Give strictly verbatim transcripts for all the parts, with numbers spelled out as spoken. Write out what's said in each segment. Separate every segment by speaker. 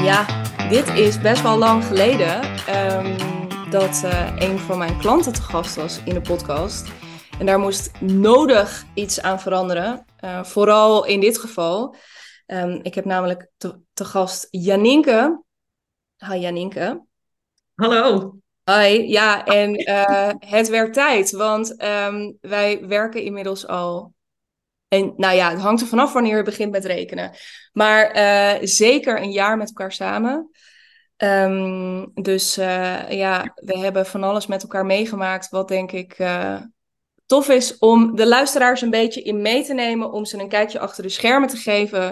Speaker 1: Ja, dit is best wel lang geleden um, dat uh, een van mijn klanten te gast was in de podcast. En daar moest nodig iets aan veranderen. Uh, vooral in dit geval. Um, ik heb namelijk te, te gast Janinke. Hi Janinke.
Speaker 2: Hallo.
Speaker 1: Hi, ja, en uh, het werd tijd, want um, wij werken inmiddels al. En nou ja, het hangt er vanaf wanneer je begint met rekenen. Maar uh, zeker een jaar met elkaar samen. Um, dus uh, ja, we hebben van alles met elkaar meegemaakt, wat denk ik uh, tof is om de luisteraars een beetje in mee te nemen, om ze een kijkje achter de schermen te geven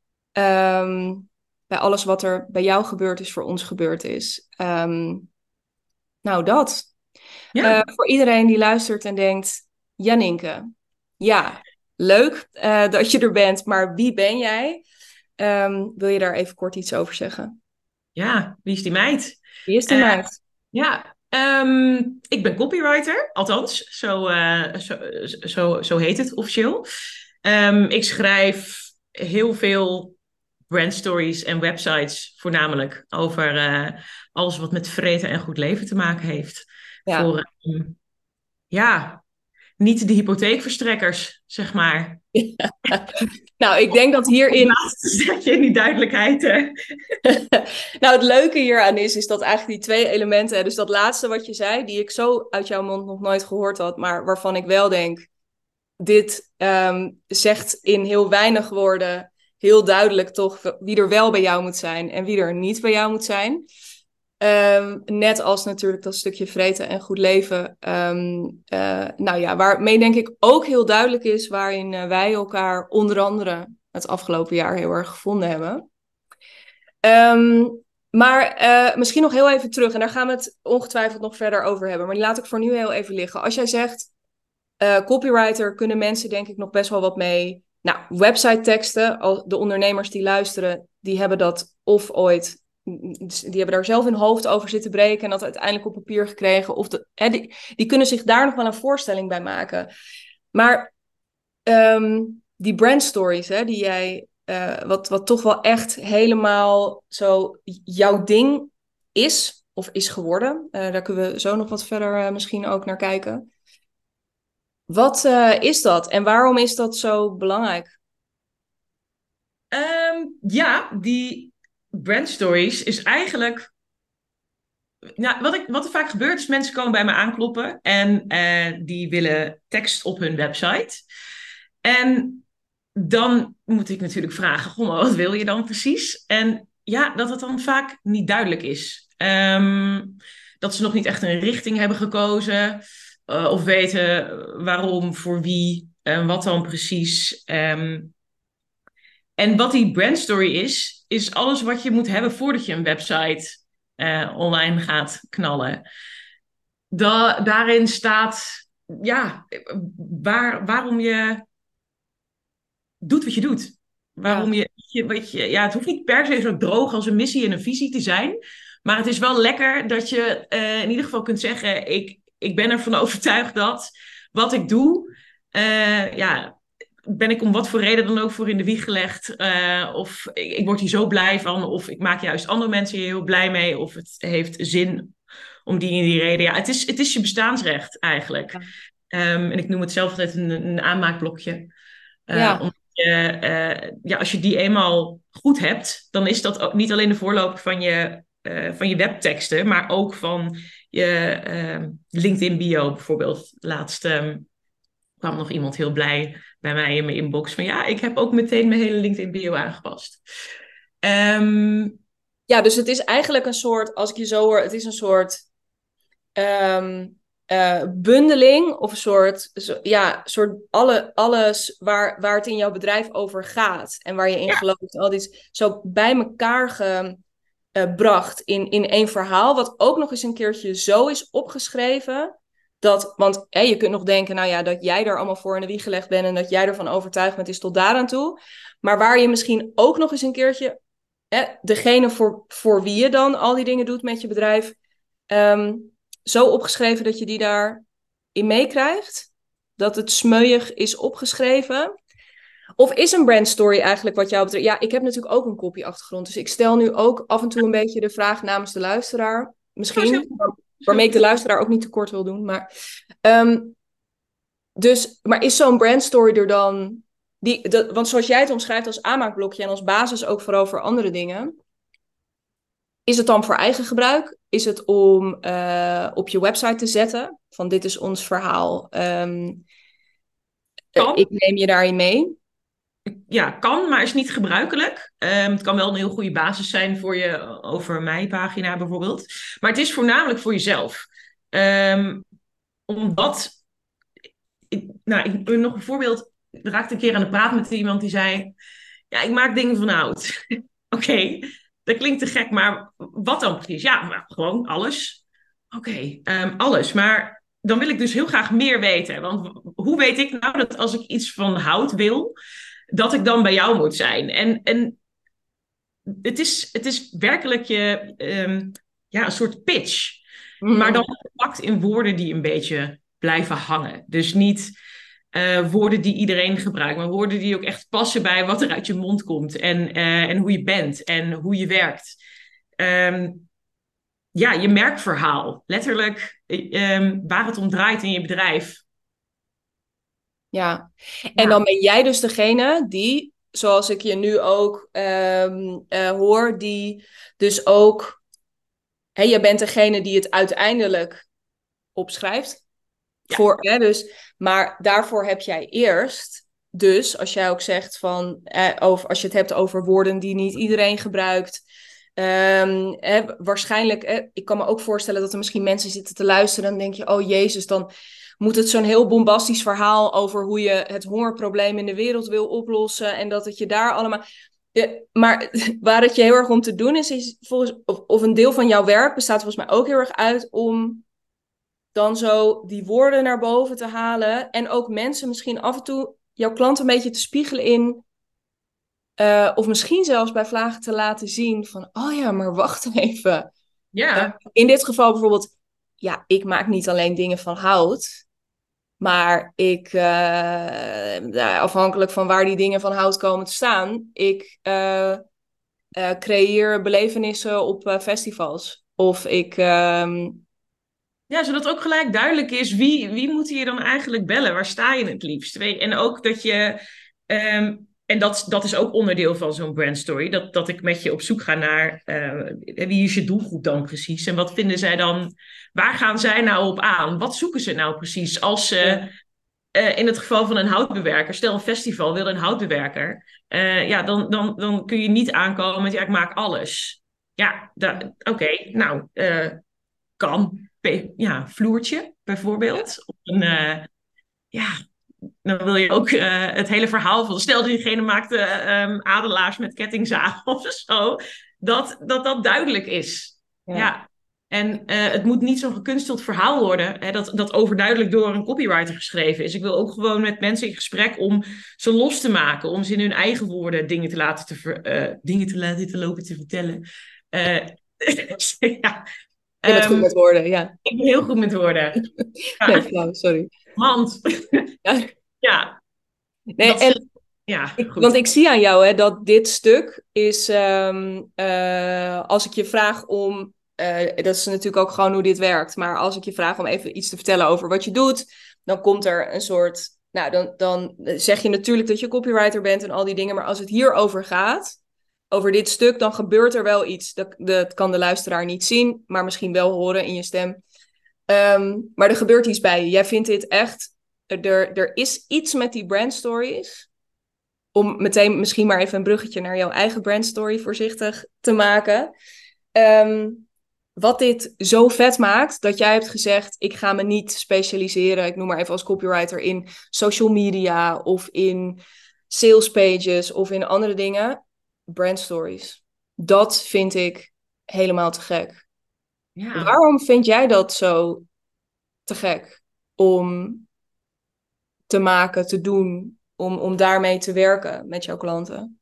Speaker 1: um, bij alles wat er bij jou gebeurd is, voor ons gebeurd is. Um, nou, dat. Uh,
Speaker 2: Ja,
Speaker 1: voor iedereen die luistert en denkt, Janinke, ja, leuk uh, dat je er bent, maar wie ben jij? Um, wil je daar even kort iets over zeggen?
Speaker 2: ja, wie is die meid?
Speaker 1: Wie is die
Speaker 2: Eh,
Speaker 1: meid?
Speaker 2: ja, ehm, ik ben copywriter, althans, zo, eh, zo, zo, zo heet het officieel. Ehm, ik schrijf heel veel brandstories en websites, voornamelijk over eh, alles wat met vreten en goed leven te maken heeft.
Speaker 1: Ja.
Speaker 2: Voor, ehm, ja, niet de hypotheekverstrekkers, zeg maar.
Speaker 1: Nou, ik denk dat
Speaker 2: Het
Speaker 1: hierin.
Speaker 2: laatste zeg je in die duidelijkheid, hè?
Speaker 1: Nou, het leuke hieraan is, is dat eigenlijk die twee elementen, hè, dus dat laatste wat je zei, die ik zo uit jouw mond nog nooit gehoord had, maar waarvan ik wel denk, dit um, zegt in heel weinig woorden heel duidelijk toch wie er wel bij jou moet zijn en wie er niet bij jou moet zijn. Um, net als natuurlijk dat stukje vreten en goed leven. Um, uh, nou ja, waarmee denk ik ook heel duidelijk is waarin uh, wij elkaar onder andere het afgelopen jaar heel erg gevonden hebben. Um, maar uh, misschien nog heel even terug, en daar gaan we het ongetwijfeld nog verder over hebben. Maar die laat ik voor nu heel even liggen. Als jij zegt, uh, copywriter, kunnen mensen denk ik nog best wel wat mee. Nou, website teksten, de ondernemers die luisteren, die hebben dat of ooit, die hebben daar zelf hun hoofd over zitten breken en dat uiteindelijk op papier gekregen. Of de, hè, die, die kunnen zich daar nog wel een voorstelling bij maken. Maar um, die brandstories, hè, die jij, uh, wat, wat toch wel echt helemaal zo jouw ding is, of is geworden. Uh, daar kunnen we zo nog wat verder uh, misschien ook naar kijken. Wat uh, is dat en waarom is dat zo belangrijk?
Speaker 2: Ehm, ja, die brand stories is eigenlijk. Nou, wat, ik, wat er vaak gebeurt is mensen komen bij me aankloppen en eh, die willen tekst op hun website. En dan moet ik natuurlijk vragen, goh, maar wat wil je dan precies? En ja, dat het dan vaak niet duidelijk is. Ehm, dat ze nog niet echt een richting hebben gekozen uh, of weten waarom, voor wie en wat dan precies. Um, En wat die brandstory is, is alles wat je moet hebben voordat je een website uh, online gaat knallen. Da daarin staat, ja, waar, waarom je doet wat je doet. Waarom
Speaker 1: Ja,
Speaker 2: je, je, wat je, ja, het hoeft niet per se zo droog als een missie en een visie te zijn. Maar het is wel lekker dat je uh, in ieder geval kunt zeggen, ik, ik ben ervan overtuigd dat wat ik doe, uh, ja, ben ik om wat voor reden dan ook voor in de wieg gelegd. Uh, of ik, ik word hier zo blij van. Of ik maak juist andere mensen hier heel blij mee. Of het heeft zin om die en die reden. Ja, het is, het is je bestaansrecht eigenlijk.
Speaker 1: ja,
Speaker 2: Um, en ik noem het zelf altijd een, een aanmaakblokje. Uh,
Speaker 1: ja,
Speaker 2: omdat je, uh, ja, als je die eenmaal goed hebt, dan is dat ook niet alleen de voorloper van je, uh, van je webteksten, maar ook van je uh, LinkedIn bio bijvoorbeeld. Laatst um, kwam nog iemand heel blij bij mij in mijn inbox van ja, ik heb ook meteen mijn hele LinkedIn bio aangepast. Um,
Speaker 1: ja, dus het is eigenlijk een soort, als ik je zo hoor, het is een soort um, uh, bundeling of een soort, zo, ja, soort alle, alles waar, waar het in jouw bedrijf over gaat en waar je in
Speaker 2: ja,
Speaker 1: gelooft, al dit zo bij elkaar gebracht in, in één verhaal, wat ook nog eens een keertje zo is opgeschreven. Dat, want hè, je kunt nog denken, nou ja, dat jij daar allemaal voor in de wieg gelegd bent en dat jij ervan overtuigd bent, is tot daaraan toe. Maar waar je misschien ook nog eens een keertje, hè, degene voor, voor wie je dan al die dingen doet met je bedrijf, um, zo opgeschreven dat je die daarin meekrijgt. Dat het smeuig is opgeschreven. Of is een brandstory eigenlijk wat jou betreft? Ja, ik heb natuurlijk ook een copy-achtergrond. Dus ik stel nu ook af en toe een beetje de vraag namens de luisteraar. Misschien, waarmee ik de luisteraar ook niet tekort wil doen. Maar, um, dus, maar is zo'n brandstory er dan... Die, dat, want zoals jij het omschrijft als aanmaakblokje en als basis ook vooral voor andere dingen. Is het dan voor eigen gebruik? Is het om uh, op je website te zetten? Van dit is ons verhaal. Um, uh, ik neem je daarin mee.
Speaker 2: Ja, kan, maar is niet gebruikelijk. Um, het kan wel een heel goede basis zijn voor je over mij pagina bijvoorbeeld. Maar het is voornamelijk voor jezelf. Um, omdat... Ik, nou, ik, nog een voorbeeld. Ik raakte een keer aan de praat met iemand die zei... Ja, ik maak dingen van hout. Oké, okay, dat klinkt te gek, maar wat dan precies? Ja, maar gewoon alles. Oké, okay, um, alles. Maar dan wil ik dus heel graag meer weten. Want hoe weet ik nou dat als ik iets van hout wil... dat ik dan bij jou moet zijn? En, en het, is, het is werkelijk je, um, ja, een soort pitch. Mm. Maar dan gepakt in woorden die een beetje blijven hangen. Dus niet... Uh, woorden die iedereen gebruikt, maar woorden die ook echt passen bij wat er uit je mond komt en, uh, en hoe je bent en hoe je werkt. Um, ja, je merkverhaal. Letterlijk um, waar het om draait in je bedrijf.
Speaker 1: Ja, en ja. Dan ben jij dus degene die, zoals ik je nu ook um, uh, hoor, die dus ook... Hey, jij bent degene die het uiteindelijk opschrijft. Ja. Voor, hè, dus, maar daarvoor heb jij eerst, dus als jij ook zegt van, eh, over, als je het hebt over woorden die niet iedereen gebruikt, um, eh, waarschijnlijk, eh, ik kan me ook voorstellen dat er misschien mensen zitten te luisteren en dan denk je, oh Jezus, dan moet het zo'n heel bombastisch verhaal over hoe je het hongerprobleem in de wereld wil oplossen en dat het je daar allemaal... Ja, maar waar het je heel erg om te doen is, is volgens, of, of een deel van jouw werk bestaat volgens mij ook heel erg uit om dan zo die woorden naar boven te halen. En ook mensen misschien af en toe jouw klant een beetje te spiegelen in. Uh, of misschien zelfs bij vlagen te laten zien van, oh ja, maar wacht even.
Speaker 2: Ja.
Speaker 1: Uh, in dit geval bijvoorbeeld, ja, ik maak niet alleen dingen van hout. Maar ik, uh, afhankelijk van waar die dingen van hout komen te staan, ik uh, uh, creëer belevenissen op uh, festivals. Of ik... Uh,
Speaker 2: Ja, zodat ook gelijk duidelijk is, wie, wie moet je dan eigenlijk bellen? Waar sta je het liefst? En ook dat je, um, en dat, dat is ook onderdeel van zo'n brandstory, dat, dat ik met je op zoek ga naar, uh, wie is je doelgroep dan precies? En wat vinden zij dan, waar gaan zij nou op aan? Wat zoeken ze nou precies? Als ze, ja. uh, in het geval van een houtbewerker, stel een festival wil een houtbewerker, uh, ja, dan, dan, dan kun je niet aankomen met, ja, ik maak alles. Ja, oké, okay, nou, uh, kan. Ja, vloertje bijvoorbeeld. Ja. Of een, uh, ja, dan wil je ook uh, het hele verhaal van... Stel, diegene maakte um, adelaars met kettingzaag of zo. Dat dat, dat duidelijk is. Ja. ja. En uh, het moet niet zo'n gekunsteld verhaal worden. Hè, dat, dat overduidelijk door een copywriter geschreven is. Ik wil ook gewoon met mensen in gesprek om ze los te maken. Om ze in hun eigen woorden dingen te laten, te ver, uh, dingen te, laten te lopen te vertellen. Uh, ja.
Speaker 1: Je bent um, goed met woorden, ja.
Speaker 2: Ik ben heel goed met woorden. Ja.
Speaker 1: Nee, flauw, sorry.
Speaker 2: Want.
Speaker 1: Ja.
Speaker 2: ja.
Speaker 1: Nee, dat, en, ja ik, want ik zie aan jou hè, dat dit stuk is... Um, uh, als ik je vraag om... Uh, dat is natuurlijk ook gewoon hoe dit werkt. Maar als ik je vraag om even iets te vertellen over wat je doet... dan komt er een soort... Nou, dan, dan zeg je natuurlijk dat je copywriter bent en al die dingen. Maar als het hierover gaat... over dit stuk, dan gebeurt er wel iets. Dat, dat kan de luisteraar niet zien, maar misschien wel horen in je stem. Um, maar er gebeurt iets bij je. Jij vindt dit echt... Er, er is iets met die brandstories. Om meteen misschien maar even een bruggetje naar jouw eigen brandstory voorzichtig te maken. Um, wat dit zo vet maakt, dat jij hebt gezegd... ik ga me niet specialiseren, ik noem maar even als copywriter... in social media of in sales pages of in andere dingen... brandstories. Dat vind ik helemaal te gek. Ja. Waarom vind jij dat zo te gek? Om te maken, te doen, om, om daarmee te werken met jouw klanten?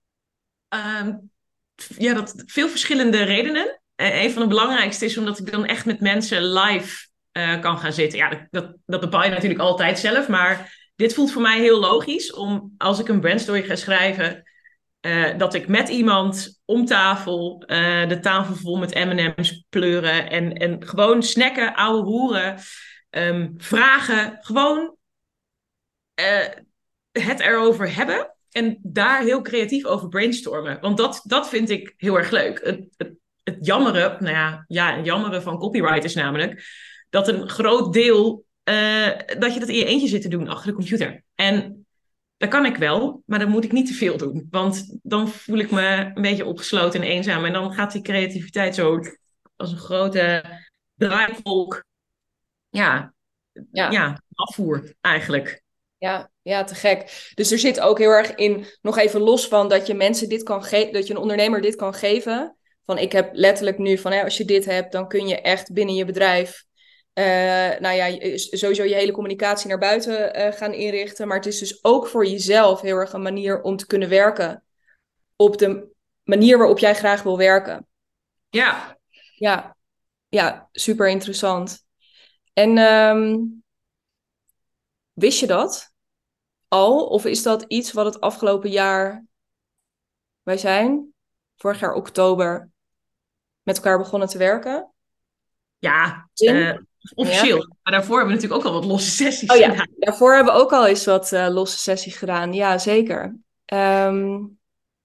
Speaker 2: Um, ja, dat veel verschillende redenen. Uh, een van de belangrijkste is omdat ik dan echt met mensen live uh, kan gaan zitten. Ja, dat, dat, dat bepaal je natuurlijk altijd zelf, maar dit voelt voor mij heel logisch om als ik een brandstory ga schrijven, uh, dat ik met iemand om tafel uh, de tafel vol met M en M's pleuren en, en gewoon snacken, ouwe hoeren, um, vragen, gewoon uh, het erover hebben en daar heel creatief over brainstormen. Want dat, dat vind ik heel erg leuk. Het, het, het jammeren, nou ja, ja, het jammeren van copyright is namelijk dat een groot deel, uh, dat je dat in je eentje zit te doen achter de computer. En dat kan ik wel, maar dan moet ik niet te veel doen. Want dan voel ik me een beetje opgesloten en eenzaam. En dan gaat die creativiteit zo als een grote draaivolk, ja,
Speaker 1: Ja.
Speaker 2: ja, afvoer eigenlijk.
Speaker 1: Ja, ja, te gek. Dus er zit ook heel erg in, nog even los van dat je mensen dit kan geven, dat je een ondernemer dit kan geven. Van ik heb letterlijk nu van, hè, als je dit hebt, dan kun je echt binnen je bedrijf, uh, nou ja, sowieso je hele communicatie naar buiten uh, gaan inrichten. Maar het is dus ook voor jezelf heel erg een manier om te kunnen werken op de manier waarop jij graag wil werken.
Speaker 2: Ja.
Speaker 1: Ja, ja, super interessant. En um, wist je dat al? Of is dat iets wat het afgelopen jaar... Wij zijn vorig jaar oktober met elkaar begonnen te werken.
Speaker 2: Ja,
Speaker 1: In?
Speaker 2: uh, officieel.
Speaker 1: Ja.
Speaker 2: Maar daarvoor hebben we natuurlijk ook al wat losse sessies
Speaker 1: Oh ja,
Speaker 2: gedaan.
Speaker 1: daarvoor hebben we ook al eens wat uh, losse sessies gedaan. Ja, zeker. Um,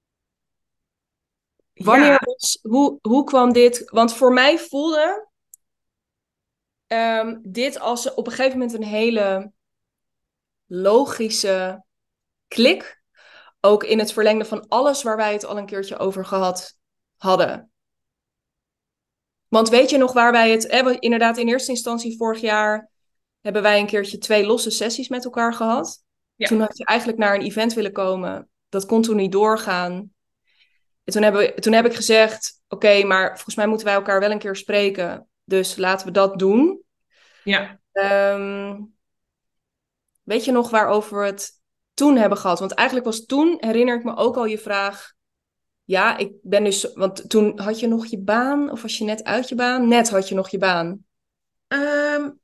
Speaker 1: wanneer
Speaker 2: Ja.
Speaker 1: was... Hoe, hoe kwam dit... Want voor mij voelde um, dit als op een gegeven moment een hele logische klik. Ook in het verlengde van alles waar wij het al een keertje over gehad hadden. Want weet je nog waar wij het hebben? Inderdaad, in eerste instantie vorig jaar hebben wij een keertje twee losse sessies met elkaar gehad. Ja. Toen had je eigenlijk naar een event willen komen. Dat kon toen niet doorgaan. En toen, hebben we, toen heb ik gezegd, oké, okay, maar volgens mij moeten wij elkaar wel een keer spreken. Dus laten we dat doen.
Speaker 2: Ja.
Speaker 1: Um, weet je nog waarover we het toen hebben gehad? Want eigenlijk was toen, herinner ik me ook al je vraag... Ja, ik ben dus... Want toen had je nog je baan? Of was je net uit je baan? Net had je nog je baan.
Speaker 2: Um,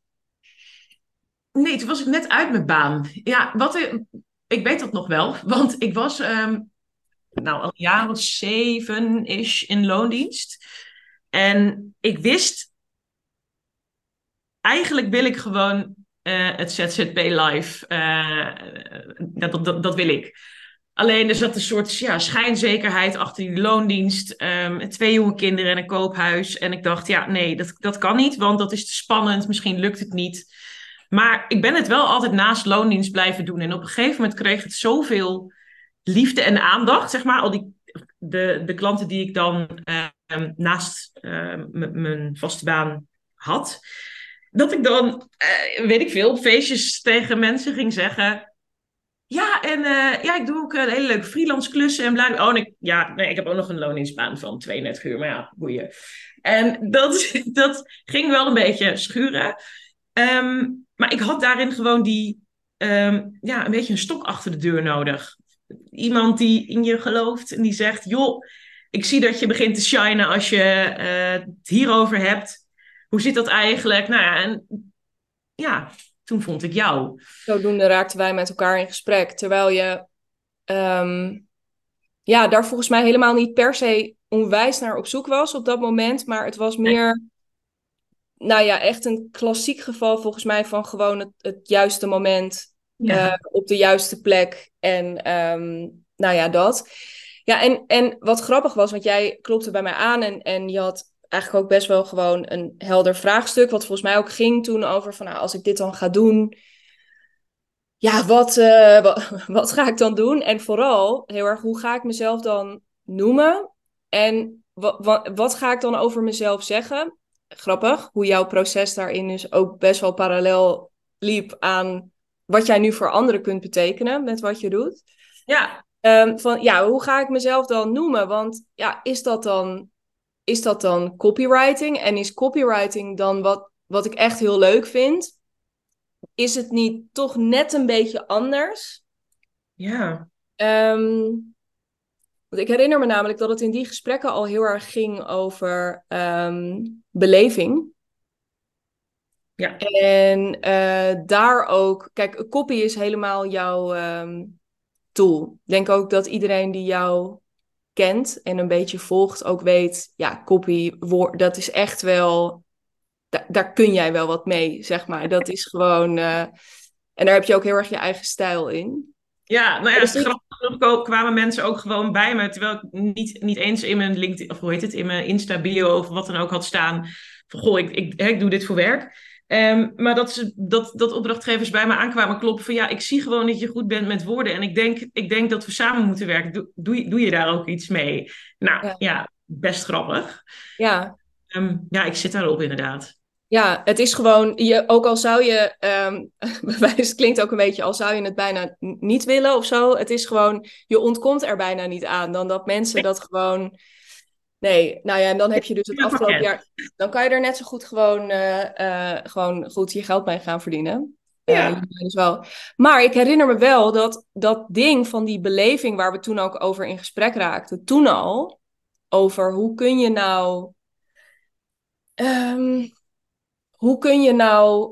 Speaker 2: nee, toen was ik net uit mijn baan. Ja, wat ik, ik weet dat nog wel. Want ik was um, nou, al een jaar of zeven-ish in loondienst. En ik wist... Eigenlijk wil ik gewoon uh, het Z Z P Live. Uh, dat, dat, dat wil ik. Alleen er zat een soort ja, schijnzekerheid achter die loondienst. Um, twee jonge kinderen en een koophuis. En ik dacht, ja, nee, dat, dat kan niet. Want dat is te spannend. Misschien lukt het niet. Maar ik ben het wel altijd naast loondienst blijven doen. En op een gegeven moment kreeg het zoveel liefde en aandacht. Zeg maar, al die, de, de klanten die ik dan uh, naast uh, m- mijn vaste baan had. Dat ik dan, uh, weet ik veel, op feestjes tegen mensen ging zeggen... Ja, en uh, ja, ik doe ook een hele leuke freelance klussen en bla. Oh, en ik, ja, nee, ik heb ook nog een loondienstbaan van tweeëndertig uur, maar ja, boeien. En dat, dat ging wel een beetje schuren. Um, maar ik had daarin gewoon die, um, ja, een beetje een stok achter de deur nodig. Iemand die in je gelooft en die zegt, joh, ik zie dat je begint te shinen als je uh, het hierover hebt. Hoe zit dat eigenlijk? Nou ja, en ja, toen vond ik jou.
Speaker 1: Zodoende raakten wij met elkaar in gesprek. Terwijl je um, ja, daar volgens mij helemaal niet per se onwijs naar op zoek was op dat moment. Maar het was meer, nee. nou ja, echt een klassiek geval volgens mij van gewoon het, het juiste moment ja. uh, op de juiste plek. En um, nou ja, dat. Ja, en, en wat grappig was, want jij klopte bij mij aan en, en je had eigenlijk ook best wel gewoon een helder vraagstuk. Wat volgens mij ook ging toen over van, nou, als ik dit dan ga doen, ja, wat, uh, wat, wat ga ik dan doen? En vooral heel erg, hoe ga ik mezelf dan noemen? En wat, wat, wat ga ik dan over mezelf zeggen? Grappig, hoe jouw proces daarin dus ook best wel parallel liep aan wat jij nu voor anderen kunt betekenen met wat je doet.
Speaker 2: Ja.
Speaker 1: Um, van, ja, hoe ga ik mezelf dan noemen? Want ja, is dat dan, is dat dan copywriting? En is copywriting dan wat, wat ik echt heel leuk vind? Is het niet toch net een beetje anders?
Speaker 2: Ja.
Speaker 1: Um, want ik herinner me namelijk dat het in die gesprekken al heel erg ging over um, beleving.
Speaker 2: Ja.
Speaker 1: En uh, daar ook... Kijk, copy is helemaal jouw um, tool. Ik denk ook dat iedereen die jou kent en een beetje volgt ook weet... Ja, copy, woord, dat is echt wel... Da- daar kun jij wel wat mee, zeg maar. Dat is gewoon... Uh, en daar heb je ook heel erg je eigen stijl in.
Speaker 2: Ja, nou ja,
Speaker 1: Dus ik...
Speaker 2: grappig genoeg kwamen mensen ook gewoon bij me, terwijl ik niet, niet eens in mijn LinkedIn, of hoe heet het, in mijn Insta-bio of wat dan ook had staan, van goh, ik, ik, ik doe dit voor werk. Um, maar dat, ze, dat, dat opdrachtgevers bij me aankwamen kloppen van ja, ik zie gewoon dat je goed bent met woorden en ik denk, ik denk dat we samen moeten werken. Doe, doe, doe je daar ook iets mee? Nou
Speaker 1: Ja,
Speaker 2: ja, best grappig.
Speaker 1: ja.
Speaker 2: Um, ja, ik zit daarop inderdaad.
Speaker 1: Ja, het is gewoon, je, ook al zou je, um, het klinkt ook een beetje, al zou je het bijna niet willen of zo. Het is gewoon, je ontkomt er bijna niet aan dan dat mensen dat gewoon, nee, nou ja, en dan heb je dus het afgelopen jaar, dan kan je er net zo goed gewoon, uh, uh, gewoon goed je geld mee gaan verdienen. Uh,
Speaker 2: Ja.
Speaker 1: dus wel. Maar ik herinner me wel dat dat ding van die beleving waar we toen ook over in gesprek raakten, toen al, over hoe kun je nou... Um, Hoe kun je nou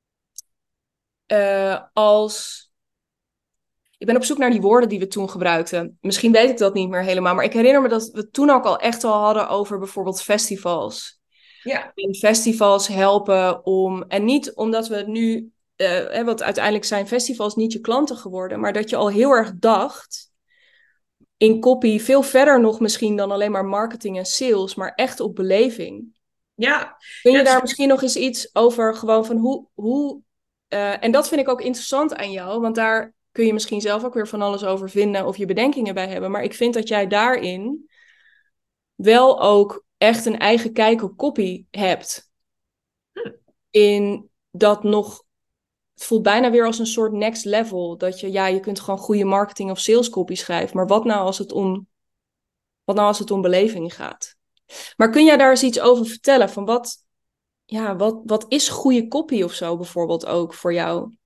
Speaker 1: uh, als... Ik ben op zoek naar die woorden die we toen gebruikten. Misschien weet ik dat niet meer helemaal. Maar ik herinner me dat we toen ook al echt al hadden over bijvoorbeeld festivals.
Speaker 2: Ja.
Speaker 1: En festivals helpen om... En niet omdat we nu... Uh, want uiteindelijk zijn festivals niet je klanten geworden. Maar dat je al heel erg dacht... In copy veel verder nog misschien dan alleen maar marketing en sales. Maar echt op beleving.
Speaker 2: Ja.
Speaker 1: Kun je
Speaker 2: Ja,
Speaker 1: daar
Speaker 2: is...
Speaker 1: misschien nog eens iets over gewoon van hoe... hoe uh, en dat vind ik ook interessant aan jou, want daar kun je misschien zelf ook weer van alles over vinden of je bedenkingen bij hebben. Maar ik vind dat jij daarin wel ook echt een eigen kijk op copy hebt.
Speaker 2: Hm.
Speaker 1: In dat nog... Het voelt bijna weer als een soort next level. Dat je, ja, je kunt gewoon goede marketing of sales copy schrijven. Maar wat nou als het om, wat nou als het om beleving gaat? Maar kun jij daar eens iets over vertellen? Van wat... Ja, wat, wat is goede copy of zo bijvoorbeeld ook voor jou?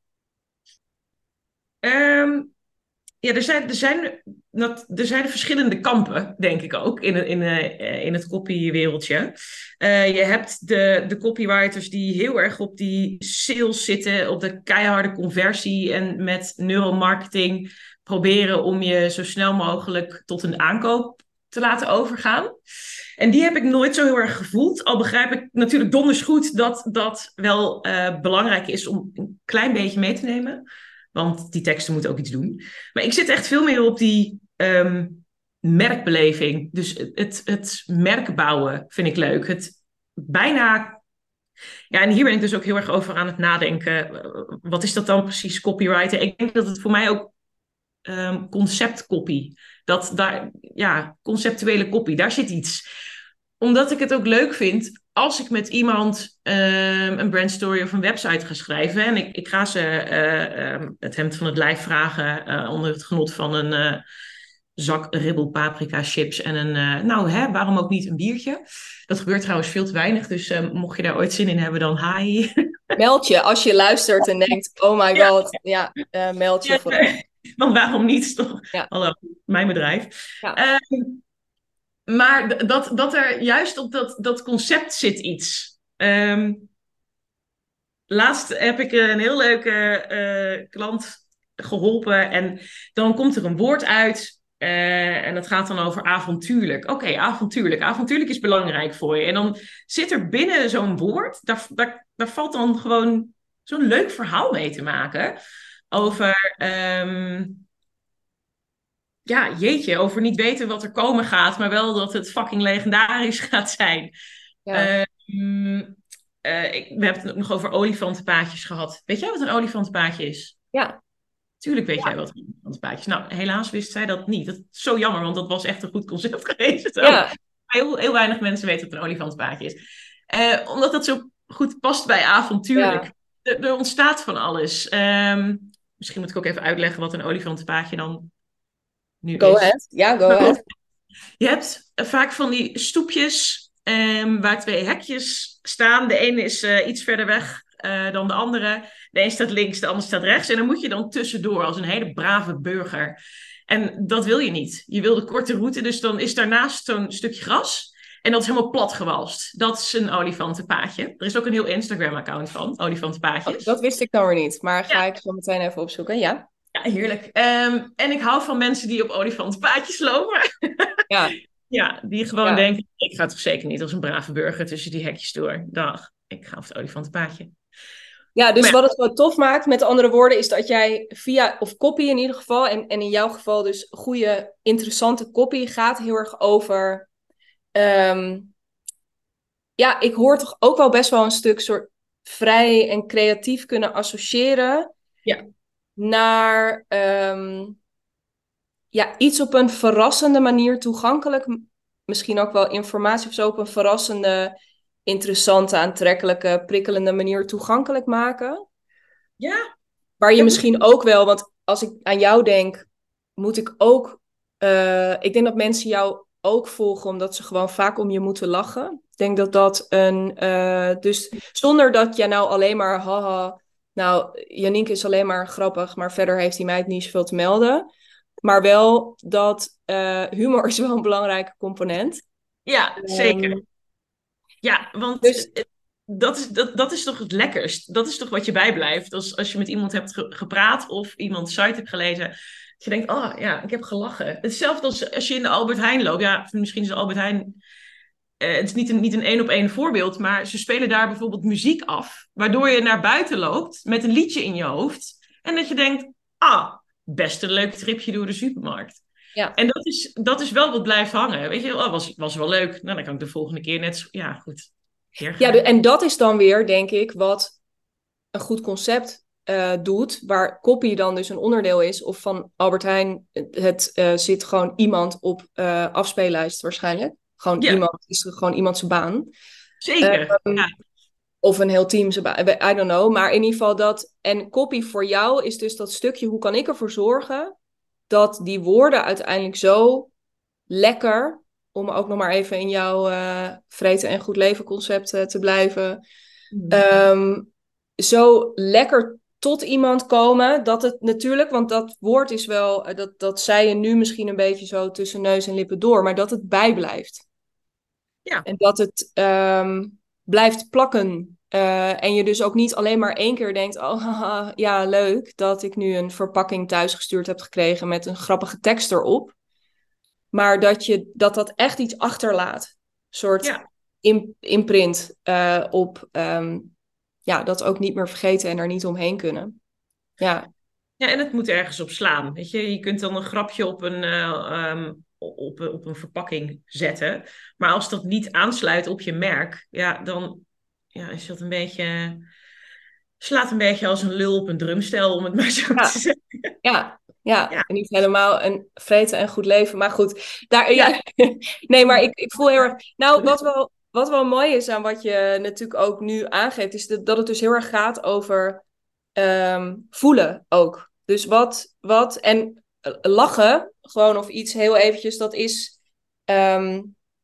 Speaker 2: Um, ja, er zijn, er, zijn, er zijn verschillende kampen, denk ik ook, in, in, uh, in het copywereldje. Uh, je hebt de, de copywriters die heel erg op die sales zitten, op de keiharde conversie en met neuromarketing proberen om je zo snel mogelijk tot een aankoop te laten overgaan. En die heb ik nooit zo heel erg gevoeld. Al begrijp ik natuurlijk donders goed dat dat wel uh, belangrijk is om een klein beetje mee te nemen. Want die teksten moeten ook iets doen. Maar ik zit echt veel meer op die um, merkbeleving. Dus het, het, het merk bouwen vind ik leuk. Het bijna... Ja, en hier ben ik dus ook heel erg over aan het nadenken. Wat is dat dan precies, copywriter? Ik denk dat het voor mij ook um, conceptcopy. Dat daar, ja, conceptuele copy, daar zit iets. Omdat ik het ook leuk vind als ik met iemand um, een brandstory of een website ga schrijven. En ik, ik ga ze uh, um, het hemd van het lijf vragen uh, onder het genot van een uh, zak ribbel paprika chips en een, uh, nou hè, waarom ook niet een biertje. Dat gebeurt trouwens veel te weinig, dus uh, mocht je daar ooit zin in hebben, dan hi.
Speaker 1: Meld je als je luistert en denkt, oh my god, ja, ja uh, meld je
Speaker 2: ja,
Speaker 1: vooral.
Speaker 2: Want waarom niet, toch?
Speaker 1: Ja.
Speaker 2: Hallo, mijn bedrijf.
Speaker 1: Ja.
Speaker 2: Um, maar dat, dat er juist op dat, dat concept zit iets. Um, laatst heb ik een heel leuke uh, klant geholpen en dan komt er een woord uit uh, en dat gaat dan over avontuurlijk. Oké, okay, avontuurlijk. Avontuurlijk is belangrijk voor je. En dan zit er binnen zo'n woord, daar, daar, daar valt dan gewoon zo'n leuk verhaal mee te maken over... Um, ja, jeetje, over niet weten wat er komen gaat, maar wel dat het fucking legendarisch gaat zijn. Ja. Uh, uh, ik, we hebben het ook nog over olifantenpaadjes gehad. Weet jij wat een olifantenpaadje is?
Speaker 1: Ja.
Speaker 2: Tuurlijk weet
Speaker 1: ja.
Speaker 2: jij wat een olifantenpaadje is. Nou, helaas wist zij dat niet. Dat is zo jammer, want dat was echt een goed concept geweest.
Speaker 1: Ja.
Speaker 2: Heel, heel weinig mensen weten wat een olifantenpaadje is. Uh, omdat dat zo goed past bij avontuurlijk. Ja. Er, er ontstaat van alles. Um, misschien moet ik ook even uitleggen wat een olifantenpaadje dan... Nu
Speaker 1: go
Speaker 2: is.
Speaker 1: ahead. Ja, go ahead.
Speaker 2: Je hebt vaak van die stoepjes um, waar twee hekjes staan. De ene is uh, iets verder weg uh, dan de andere. De een staat links, de ander staat rechts. En dan moet je dan tussendoor als een hele brave burger. En dat wil je niet. Je wil de korte route, dus dan is daarnaast zo'n stukje gras. En dat is helemaal platgewalst. Dat is een olifantenpaadje. Er is ook een heel Instagram-account van,
Speaker 1: Oh,
Speaker 2: olifantenpaadjes.
Speaker 1: dat wist ik dan weer niet, maar
Speaker 2: Ja,
Speaker 1: ga ik zo meteen even opzoeken. Ja,
Speaker 2: ja heerlijk. Ehm, en ik hou van mensen die op olifantenpaadjes lopen.
Speaker 1: ja,
Speaker 2: Ja, die gewoon
Speaker 1: ja.
Speaker 2: denken, ik ga toch zeker niet als een brave burger tussen die hekjes door. Dag, ik ga op het olifantenpaadje.
Speaker 1: Ja, dus
Speaker 2: Maar
Speaker 1: wat het zo tof maakt, met andere woorden, is dat jij via, of copy in ieder geval, en, en in jouw geval dus goede, interessante copy, gaat heel erg over. ehm, ja, ik hoor toch ook wel best wel een stuk soort vrij en creatief kunnen associëren
Speaker 2: ja,
Speaker 1: naar ehm, ja, iets op een verrassende manier toegankelijk. m- Misschien ook wel informatie of zo op een verrassende, interessante, aantrekkelijke, prikkelende manier toegankelijk maken.
Speaker 2: ja,
Speaker 1: Waar je
Speaker 2: dat moet.
Speaker 1: misschien ook wel, want als ik aan jou denk, moet ik ook. eh, ik denk dat mensen jou ook volgen omdat ze gewoon vaak om je moeten lachen. Ik denk dat dat een. eh, dus zonder dat jij nou alleen maar. Haha. Nou, Yannick is alleen maar grappig, maar verder heeft die meid niet zoveel te melden. Maar wel dat eh, humor is wel een belangrijke component.
Speaker 2: Ja, zeker.
Speaker 1: Ehm,
Speaker 2: Ja, want
Speaker 1: dus
Speaker 2: eh, dat is, dat, dat is toch het lekkerst. Dat is toch wat je bijblijft. Als, als je met iemand hebt ge- gepraat of iemands site hebt gelezen. Dat je denkt, oh ja, ik heb gelachen. Hetzelfde als als je in de Albert Heijn loopt. Ja, misschien is de Albert Heijn. eh, het is niet een, niet een één op één voorbeeld. Maar ze spelen daar bijvoorbeeld muziek af. Waardoor je naar buiten loopt met een liedje in je hoofd. En dat je denkt, ah, best een leuk tripje door de supermarkt.
Speaker 1: ja.
Speaker 2: En dat is, dat is wel wat blijft hangen. Weet je, oh, was, was wel leuk. Nou, dan kan ik de volgende keer net zo... Ja, goed. Weer
Speaker 1: Ja, de-
Speaker 2: gaan.
Speaker 1: en dat is dan weer, denk ik, wat een goed concept eh, doet, waar copy dan dus een onderdeel is, of van Albert Heijn, het eh, zit gewoon iemand op eh afspeellijst waarschijnlijk. Gewoon
Speaker 2: Ja,
Speaker 1: iemand, is er gewoon iemand zijn baan.
Speaker 2: zeker.
Speaker 1: Ehm,
Speaker 2: Ja,
Speaker 1: of een heel team zijn baan, I don't know. Maar in ieder geval dat, en copy voor jou is dus dat stukje, hoe kan ik ervoor zorgen dat die woorden uiteindelijk zo lekker, om ook nog maar even in jouw eh vreten en goed leven concept eh, te blijven,
Speaker 2: mm,
Speaker 1: ehm, zo lekker tot iemand komen, dat het natuurlijk, want dat woord is wel, eh, dat, dat zei je nu misschien een beetje zo tussen neus en lippen door, maar dat het bijblijft.
Speaker 2: ja,
Speaker 1: En dat het ehm, blijft plakken. Eh, en je dus ook niet alleen maar één keer denkt, oh haha, ja leuk dat ik nu een verpakking thuisgestuurd heb gekregen met een grappige tekst erop. Maar dat je, dat, dat echt iets achterlaat. Een soort
Speaker 2: ja.
Speaker 1: im- imprint eh, op ehm, ja, dat ook niet meer vergeten en er niet omheen kunnen. Ja,
Speaker 2: Ja, en het moet ergens op slaan. Weet je, je kunt dan een grapje op een, eh, ehm, op, op een verpakking zetten. Maar als dat niet aansluit op je merk, ja, dan ja, is dat een beetje. Slaat een beetje als een lul op een drumstel, om het maar zo te
Speaker 1: ja,
Speaker 2: zeggen.
Speaker 1: ja, ja.
Speaker 2: Ja,
Speaker 1: En niet helemaal een vreten en goed leven. Maar goed, daar,
Speaker 2: ja.
Speaker 1: ja. Nee, maar ik, ik voel heel erg. Nou, wat wel, wat wel mooi is aan wat je natuurlijk ook nu aangeeft, is dat, dat het dus heel erg gaat over ehm, voelen ook. Dus wat, wat, en eh, lachen, gewoon of iets heel eventjes, dat is, ehm,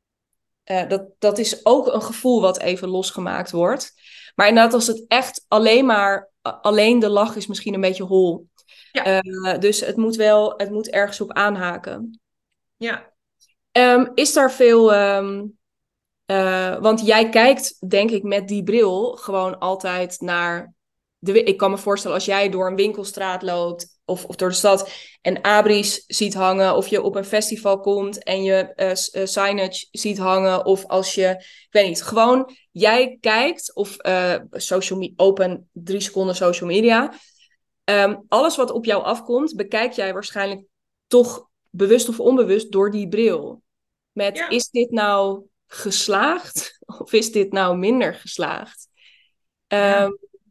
Speaker 1: eh, dat, dat is ook een gevoel wat even losgemaakt wordt. Maar inderdaad, als het echt alleen maar, a- alleen de lach is misschien een beetje hol.
Speaker 2: Ja,
Speaker 1: Eh, dus het moet wel, het moet ergens op aanhaken.
Speaker 2: ja.
Speaker 1: Ehm, is daar veel, ehm, eh, want jij kijkt, denk ik, met die bril gewoon altijd naar de. wi- Ik kan me voorstellen als jij door een winkelstraat loopt of, of door de stad en abris ziet hangen, of je op een festival komt en je eh, s- eh, signage ziet hangen, of als je, ik weet niet, gewoon jij kijkt of eh, social me- open drie seconden social media. Ehm, alles wat op jou afkomt, bekijk jij waarschijnlijk toch bewust of onbewust door die bril. Met
Speaker 2: Ja.
Speaker 1: is dit nou geslaagd of is dit nou minder geslaagd?
Speaker 2: Ja.
Speaker 1: Ehm,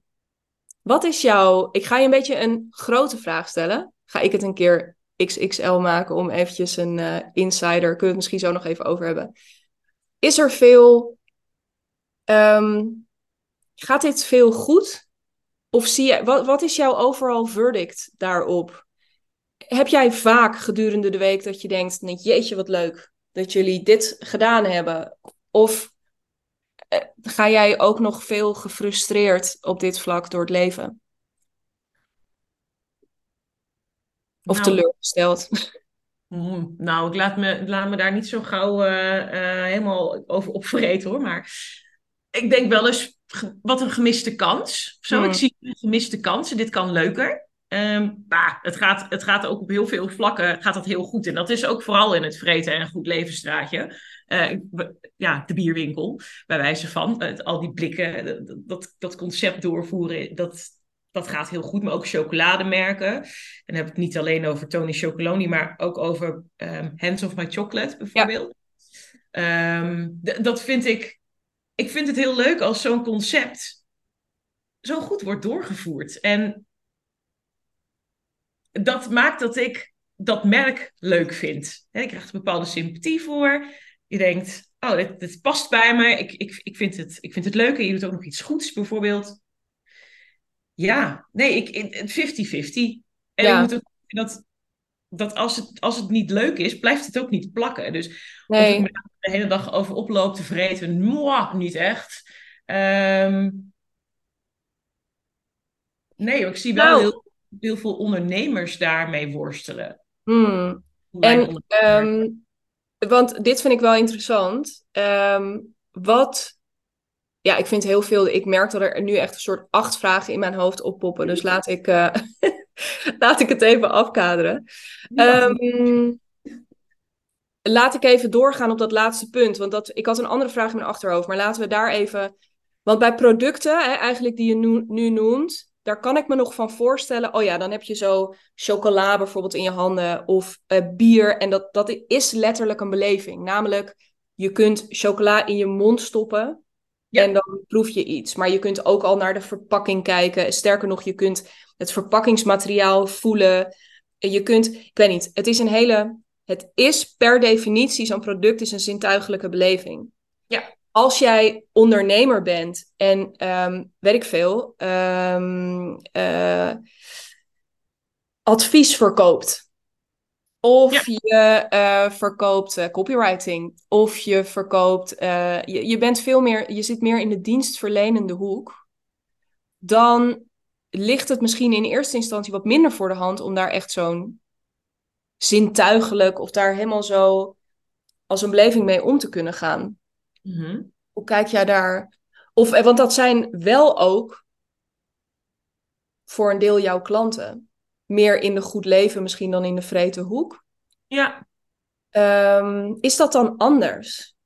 Speaker 1: wat is jouw... Ik ga je een beetje een grote vraag stellen. Ga ik het een keer X X L maken om eventjes een eh, insider... Kunnen we het misschien zo nog even over hebben. Is er veel... ehm, gaat dit veel goed? Of zie je... Wat, wat is jouw overal verdict daarop? Heb jij vaak gedurende de week dat je denkt... nee, jeetje, wat leuk dat jullie dit gedaan hebben? Of eh, ga jij ook nog veel gefrustreerd op dit vlak door het leven? Of
Speaker 2: Nou,
Speaker 1: teleurgesteld?
Speaker 2: Mm, nou, ik laat me, ik laat me daar niet zo gauw eh, eh, helemaal over opvreten hoor. Maar ik denk wel eens, ge- wat een gemiste kans. Of zo, ik
Speaker 1: Hmm.
Speaker 2: zie een gemiste kansen. Dit kan leuker. Ehm, maar het gaat, het gaat ook op heel veel vlakken gaat dat heel goed. En dat is ook vooral in het vreten en goed levensstraatje. Eh, ik- we- ja, de bierwinkel, bij wijze van. Het- al die blikken, dat, dat, dat concept doorvoeren, dat, dat gaat heel goed. Maar ook chocolademerken. En dan heb ik het niet alleen over Tony Chocoloni, maar ook over ehm, Hands of My Chocolate
Speaker 1: Ja,
Speaker 2: bijvoorbeeld. Ehm, d- dat vind ik, ik vind het heel leuk als zo'n concept zo goed wordt doorgevoerd. En dat maakt dat ik dat merk leuk vind. Hè, je krijgt een bepaalde sympathie voor. Je denkt, oh, dit, dit past bij me. Ik, ik, ik, vind het, ik vind het leuk. En je doet ook nog iets goeds, bijvoorbeeld. Ja, nee, ik vijftig vijftig. En ik
Speaker 1: ja,
Speaker 2: moet ook dat, dat als het, als het niet leuk is, blijft het ook niet plakken. Dus of ik me
Speaker 1: nee.
Speaker 2: daar de hele dag over oploop te vreten, mwah, niet echt. Ehm, nee, ik zie wel
Speaker 1: Nou,
Speaker 2: heel, heel veel ondernemers daarmee worstelen.
Speaker 1: hmm.
Speaker 2: Online
Speaker 1: En,
Speaker 2: ondernemers.
Speaker 1: ehm, want dit vind ik wel interessant. Ehm, wat, ja, ik vind heel veel, ik merk dat er nu echt een soort acht vragen in mijn hoofd oppoppen. Dus laat ik, eh, laat ik het even afkaderen.
Speaker 2: Niet achter.
Speaker 1: Ehm, Laat ik even doorgaan op dat laatste punt. Want dat, ik had een andere vraag in mijn achterhoofd. Maar laten we daar even. Want bij producten, hè, eigenlijk die je nu, nu noemt, daar kan ik me nog van voorstellen. Oh ja, dan heb je zo chocola bijvoorbeeld in je handen of eh, bier. En dat, dat is letterlijk een beleving. Namelijk, je kunt chocola in je mond stoppen en
Speaker 2: Ja.
Speaker 1: dan proef je iets. Maar je kunt ook al naar de verpakking kijken. Sterker nog, je kunt het verpakkingsmateriaal voelen. Je kunt, ik weet niet, het is een hele. Het is per definitie, zo'n product is een zintuigelijke beleving.
Speaker 2: Ja.
Speaker 1: Als jij ondernemer bent en um, weet ik veel, um, uh, advies verkoopt.
Speaker 2: Ja.
Speaker 1: Of je uh, verkoopt uh, copywriting. Of je verkoopt. Uh, je, je bent veel meer. Je zit meer in de dienstverlenende hoek. Dan ligt het misschien in eerste instantie wat minder voor de hand om daar echt zo'n zintuigelijk of daar helemaal zo als een beleving mee om te kunnen gaan.
Speaker 2: Mhm.
Speaker 1: Hoe kijk jij daar? Of, eh, want dat zijn wel ook voor een deel jouw klanten. Meer in de goed leven misschien dan in de vrete hoek.
Speaker 2: Ja.
Speaker 1: Um, is dat dan anders?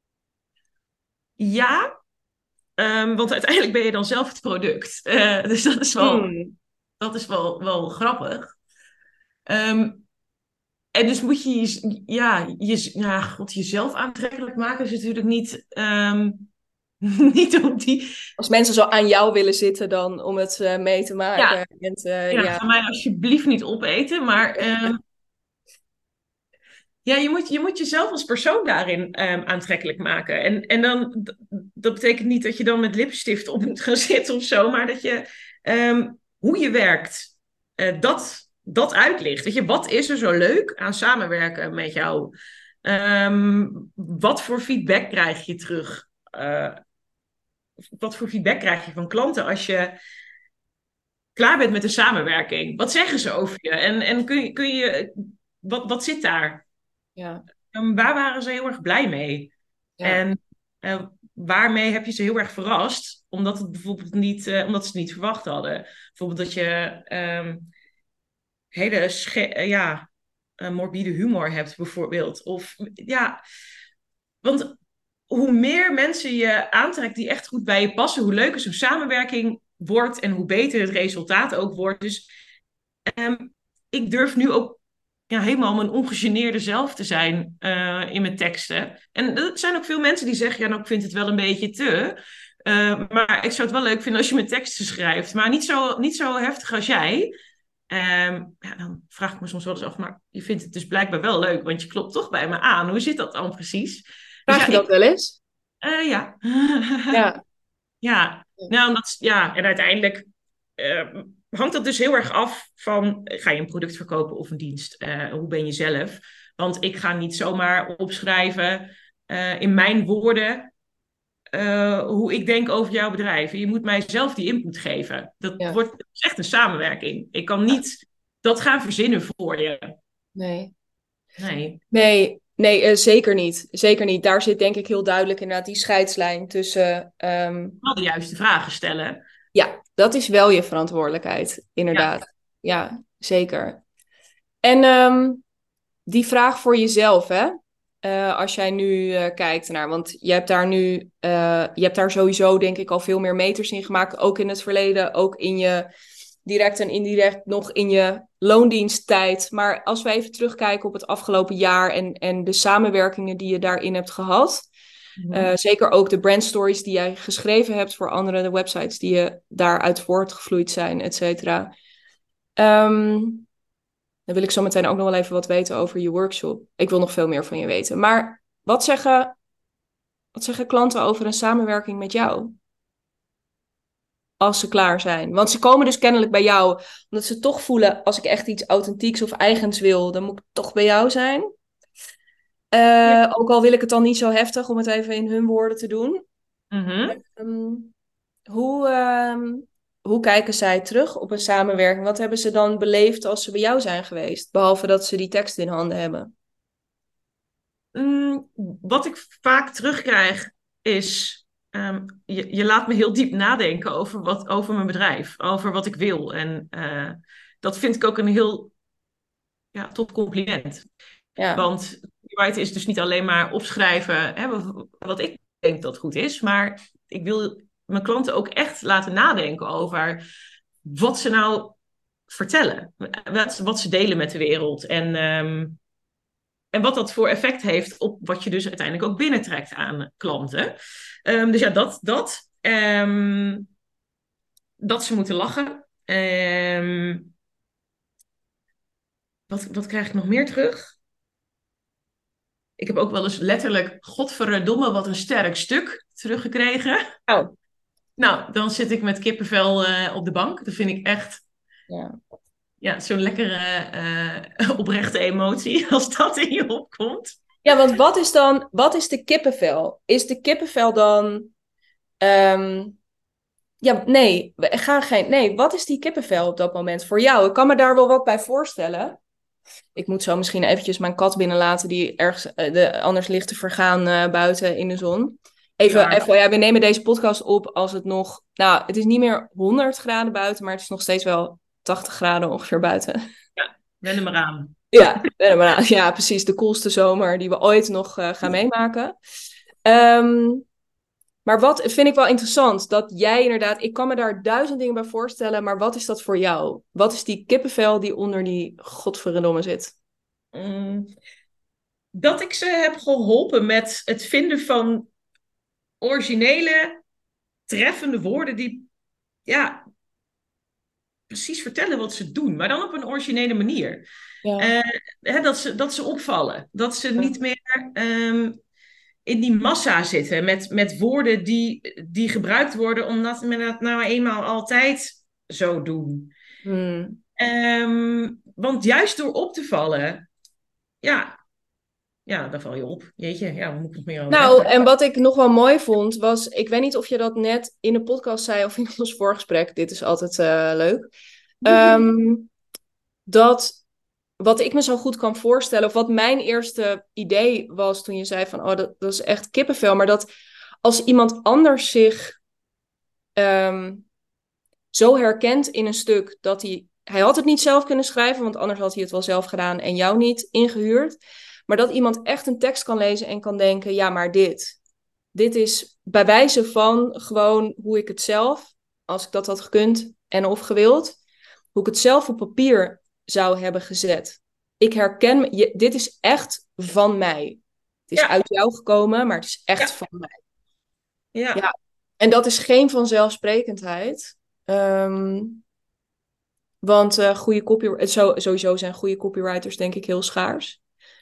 Speaker 2: Ja. Um, want uiteindelijk ben je dan zelf het product. Uh, dus dat is wel,
Speaker 1: Hmm.
Speaker 2: dat is wel, wel grappig. Um, en dus moet je, je- ja, je, ja, God, jezelf aantrekkelijk maken is natuurlijk niet, um, niet op die.
Speaker 1: Als mensen zo aan jou willen zitten dan om het uh, mee te
Speaker 2: Ja,
Speaker 1: maken. En te,
Speaker 2: ja,
Speaker 1: ja.
Speaker 2: ga mij alsjeblieft niet opeten. Maar um, ja, je moet, je moet jezelf als persoon daarin um, aantrekkelijk maken. En, en dan, d- dat betekent niet dat je dan met lipstift op moet gaan zitten of zo, maar dat je um, hoe je werkt, uh, dat, dat uitlicht. Weet je, wat is er zo leuk aan samenwerken met jou? Um, wat voor feedback krijg je terug? Uh, wat voor feedback krijg je van klanten als je klaar bent met de samenwerking? Wat zeggen ze over je? En, en kun je, kun je wat, wat zit daar?
Speaker 1: Ja,
Speaker 2: Um, waar waren ze heel erg blij mee?
Speaker 1: ja,
Speaker 2: En uh, waarmee heb je ze heel erg verrast? Omdat het bijvoorbeeld niet, uh, omdat ze het niet verwacht hadden. Bijvoorbeeld dat je um, hele sche- uh, ja, uh, morbide humor hebt, bijvoorbeeld. Of ja, want hoe meer mensen je aantrekt die echt goed bij je passen, hoe leuker zo'n samenwerking wordt en hoe beter het resultaat ook wordt. Dus um, ik durf nu ook ja, helemaal mijn ongegeneerde zelf te zijn uh, in mijn teksten. En er zijn ook veel mensen die zeggen, ja, nou, ik vind het wel een beetje te. Uh, maar ik zou het wel leuk vinden als je mijn teksten schrijft. Maar niet zo, niet zo heftig als jij. Um, ja, dan vraag ik me soms wel eens af, maar je vindt het dus blijkbaar wel leuk, want je klopt toch bij me aan. Hoe zit dat dan precies? Dus
Speaker 1: vraag
Speaker 2: ja,
Speaker 1: je dat
Speaker 2: ik...
Speaker 1: wel eens?
Speaker 2: Uh, ja.
Speaker 1: Ja.
Speaker 2: Ja. Nou, omdat, ja, en uiteindelijk uh, hangt dat dus heel erg af van, ga je een product verkopen of een dienst? Uh, hoe ben je zelf? Want ik ga niet zomaar opschrijven uh, in mijn woorden uh, hoe ik denk over jouw bedrijf. Je moet mij zelf die input geven. Dat
Speaker 1: Ja.
Speaker 2: wordt dat is echt een samenwerking. Ik kan niet dat gaan verzinnen voor je.
Speaker 1: Nee.
Speaker 2: Nee.
Speaker 1: Nee, nee, eh, zeker niet. Zeker niet. Daar zit denk ik heel duidelijk inderdaad die scheidslijn tussen... ehm,
Speaker 2: Wel de juiste vragen stellen.
Speaker 1: ja, dat is wel je verantwoordelijkheid,
Speaker 2: Ja.
Speaker 1: inderdaad. Ja, zeker. En ehm, die vraag voor jezelf, hè? Eh, als jij nu eh, kijkt naar, want je hebt daar nu, eh, je hebt daar sowieso denk ik al veel meer meters in gemaakt, ook in het verleden, ook in je direct en indirect nog in je loondiensttijd. Maar als we even terugkijken op het afgelopen jaar en, en de samenwerkingen die je daarin hebt gehad,
Speaker 2: Mhm.
Speaker 1: uh, zeker ook de brandstories die jij geschreven hebt voor anderen, de websites die je daaruit voortgevloeid zijn, et cetera. Um, dan wil ik zo meteen ook nog wel even wat weten over je workshop. Ik wil nog veel meer van je weten. Maar wat zeggen, wat zeggen klanten over een samenwerking met jou? Als ze klaar zijn. Want ze komen dus kennelijk bij jou. Omdat ze toch voelen, als ik echt iets authentieks of eigens wil, dan moet ik toch bij jou zijn.
Speaker 2: Ja.
Speaker 1: Uh, ook al wil ik het dan niet zo heftig, om het even in hun woorden te doen.
Speaker 2: Mhm.
Speaker 1: Um, hoe, um, hoe kijken zij terug op een samenwerking? Wat hebben ze dan beleefd als ze bij jou zijn geweest? Behalve dat ze die tekst in handen hebben.
Speaker 2: Mm, wat ik vaak terugkrijg is, um, je, je laat me heel diep nadenken over, wat, over mijn bedrijf, over wat ik wil. En uh, dat vind ik ook een heel ja, top compliment.
Speaker 1: Ja.
Speaker 2: Want copywriten is dus niet alleen maar opschrijven hè, wat ik denk dat goed is, maar ik wil mijn klanten ook echt laten nadenken over wat ze nou vertellen, wat, wat ze delen met de wereld. En um, En wat dat voor effect heeft op wat je dus uiteindelijk ook binnentrekt aan klanten. Um, dus ja, dat. dat. Um, dat ze moeten lachen. Um, wat, wat krijg ik nog meer terug? Ik heb ook wel eens letterlijk, godverdomme, wat een sterk stuk teruggekregen.
Speaker 1: Oh.
Speaker 2: Nou, dan zit ik met kippenvel uh, op de bank. Dat vind ik echt
Speaker 1: Ja.
Speaker 2: ja, zo'n lekkere uh, oprechte emotie als dat in je opkomt.
Speaker 1: Ja, want wat is dan, wat is de kippenvel? Is de kippenvel dan, um, ja, nee, we gaan geen, nee, wat is die kippenvel op dat moment voor jou? Ik kan me daar wel wat bij voorstellen. Ik moet zo misschien eventjes mijn kat binnenlaten die ergens, uh, de, anders ligt te vergaan uh, buiten in de zon. Even, even, ja, we nemen deze podcast op als het nog, nou, het is niet meer honderd graden buiten, maar het is nog steeds wel tachtig graden ongeveer buiten.
Speaker 2: Ja, wen er maar aan.
Speaker 1: Ja, ja, precies. De koelste zomer die we ooit nog uh, gaan meemaken. Um, maar wat vind ik wel interessant, dat jij inderdaad... Ik kan me daar duizend dingen bij voorstellen, maar wat is dat voor jou? Wat is die kippenvel die onder die godverdomme zit?
Speaker 2: Mm, dat ik ze heb geholpen met het vinden van originele, treffende woorden die ja, precies vertellen wat ze doen, maar dan op een originele manier.
Speaker 1: Ja.
Speaker 2: Uh, hè, dat, ze, dat ze opvallen. Dat ze niet meer um, in die massa zitten met, met woorden die, die gebruikt worden omdat men dat nou eenmaal altijd zo doen.
Speaker 1: Hmm.
Speaker 2: Um, want juist door op te vallen, ja, ja, dan val je op. Jeetje, ja, waar moet ik nog meer over
Speaker 1: Nou,
Speaker 2: hebben?
Speaker 1: en wat ik nog wel mooi vond, was... Ik weet niet of je dat net in de podcast zei of in ons voorgesprek. Dit is altijd uh, leuk. Um, dat... Wat ik me zo goed kan voorstellen, of wat mijn eerste idee was toen je zei van, oh, dat, dat is echt kippenvel. Maar dat als iemand anders zich um, zo herkent in een stuk, dat hij, hij had het niet zelf kunnen schrijven, want anders had hij het wel zelf gedaan en jou niet ingehuurd. Maar dat iemand echt een tekst kan lezen en kan denken, ja, maar dit. Dit is bij wijze van gewoon hoe ik het zelf, als ik dat had gekund en of gewild, hoe ik het zelf op papier zou hebben gezet. Ik herken me, je, dit is echt van mij. Het is
Speaker 2: Ja.
Speaker 1: uit jou gekomen, maar het is echt
Speaker 2: Ja.
Speaker 1: van mij.
Speaker 2: Ja.
Speaker 1: Ja. En dat is geen vanzelfsprekendheid. Um, want uh, goede copywriters, sowieso zijn goede copywriters denk ik heel schaars.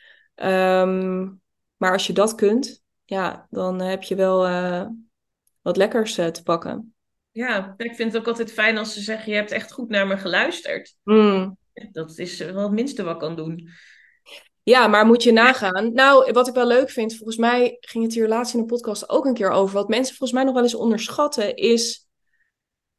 Speaker 1: Um, maar als je dat kunt, ja, dan heb je wel uh, wat lekkers uh, te pakken.
Speaker 2: Ja, ik vind het ook altijd fijn als ze zeggen, je hebt echt goed naar me geluisterd.
Speaker 1: Mm.
Speaker 2: Dat is wel het minste wat ik kan doen.
Speaker 1: Ja, maar moet je nagaan. Nou, wat ik wel leuk vind, volgens mij ging het hier laatst in de podcast ook een keer over. Wat mensen volgens mij nog wel eens onderschatten is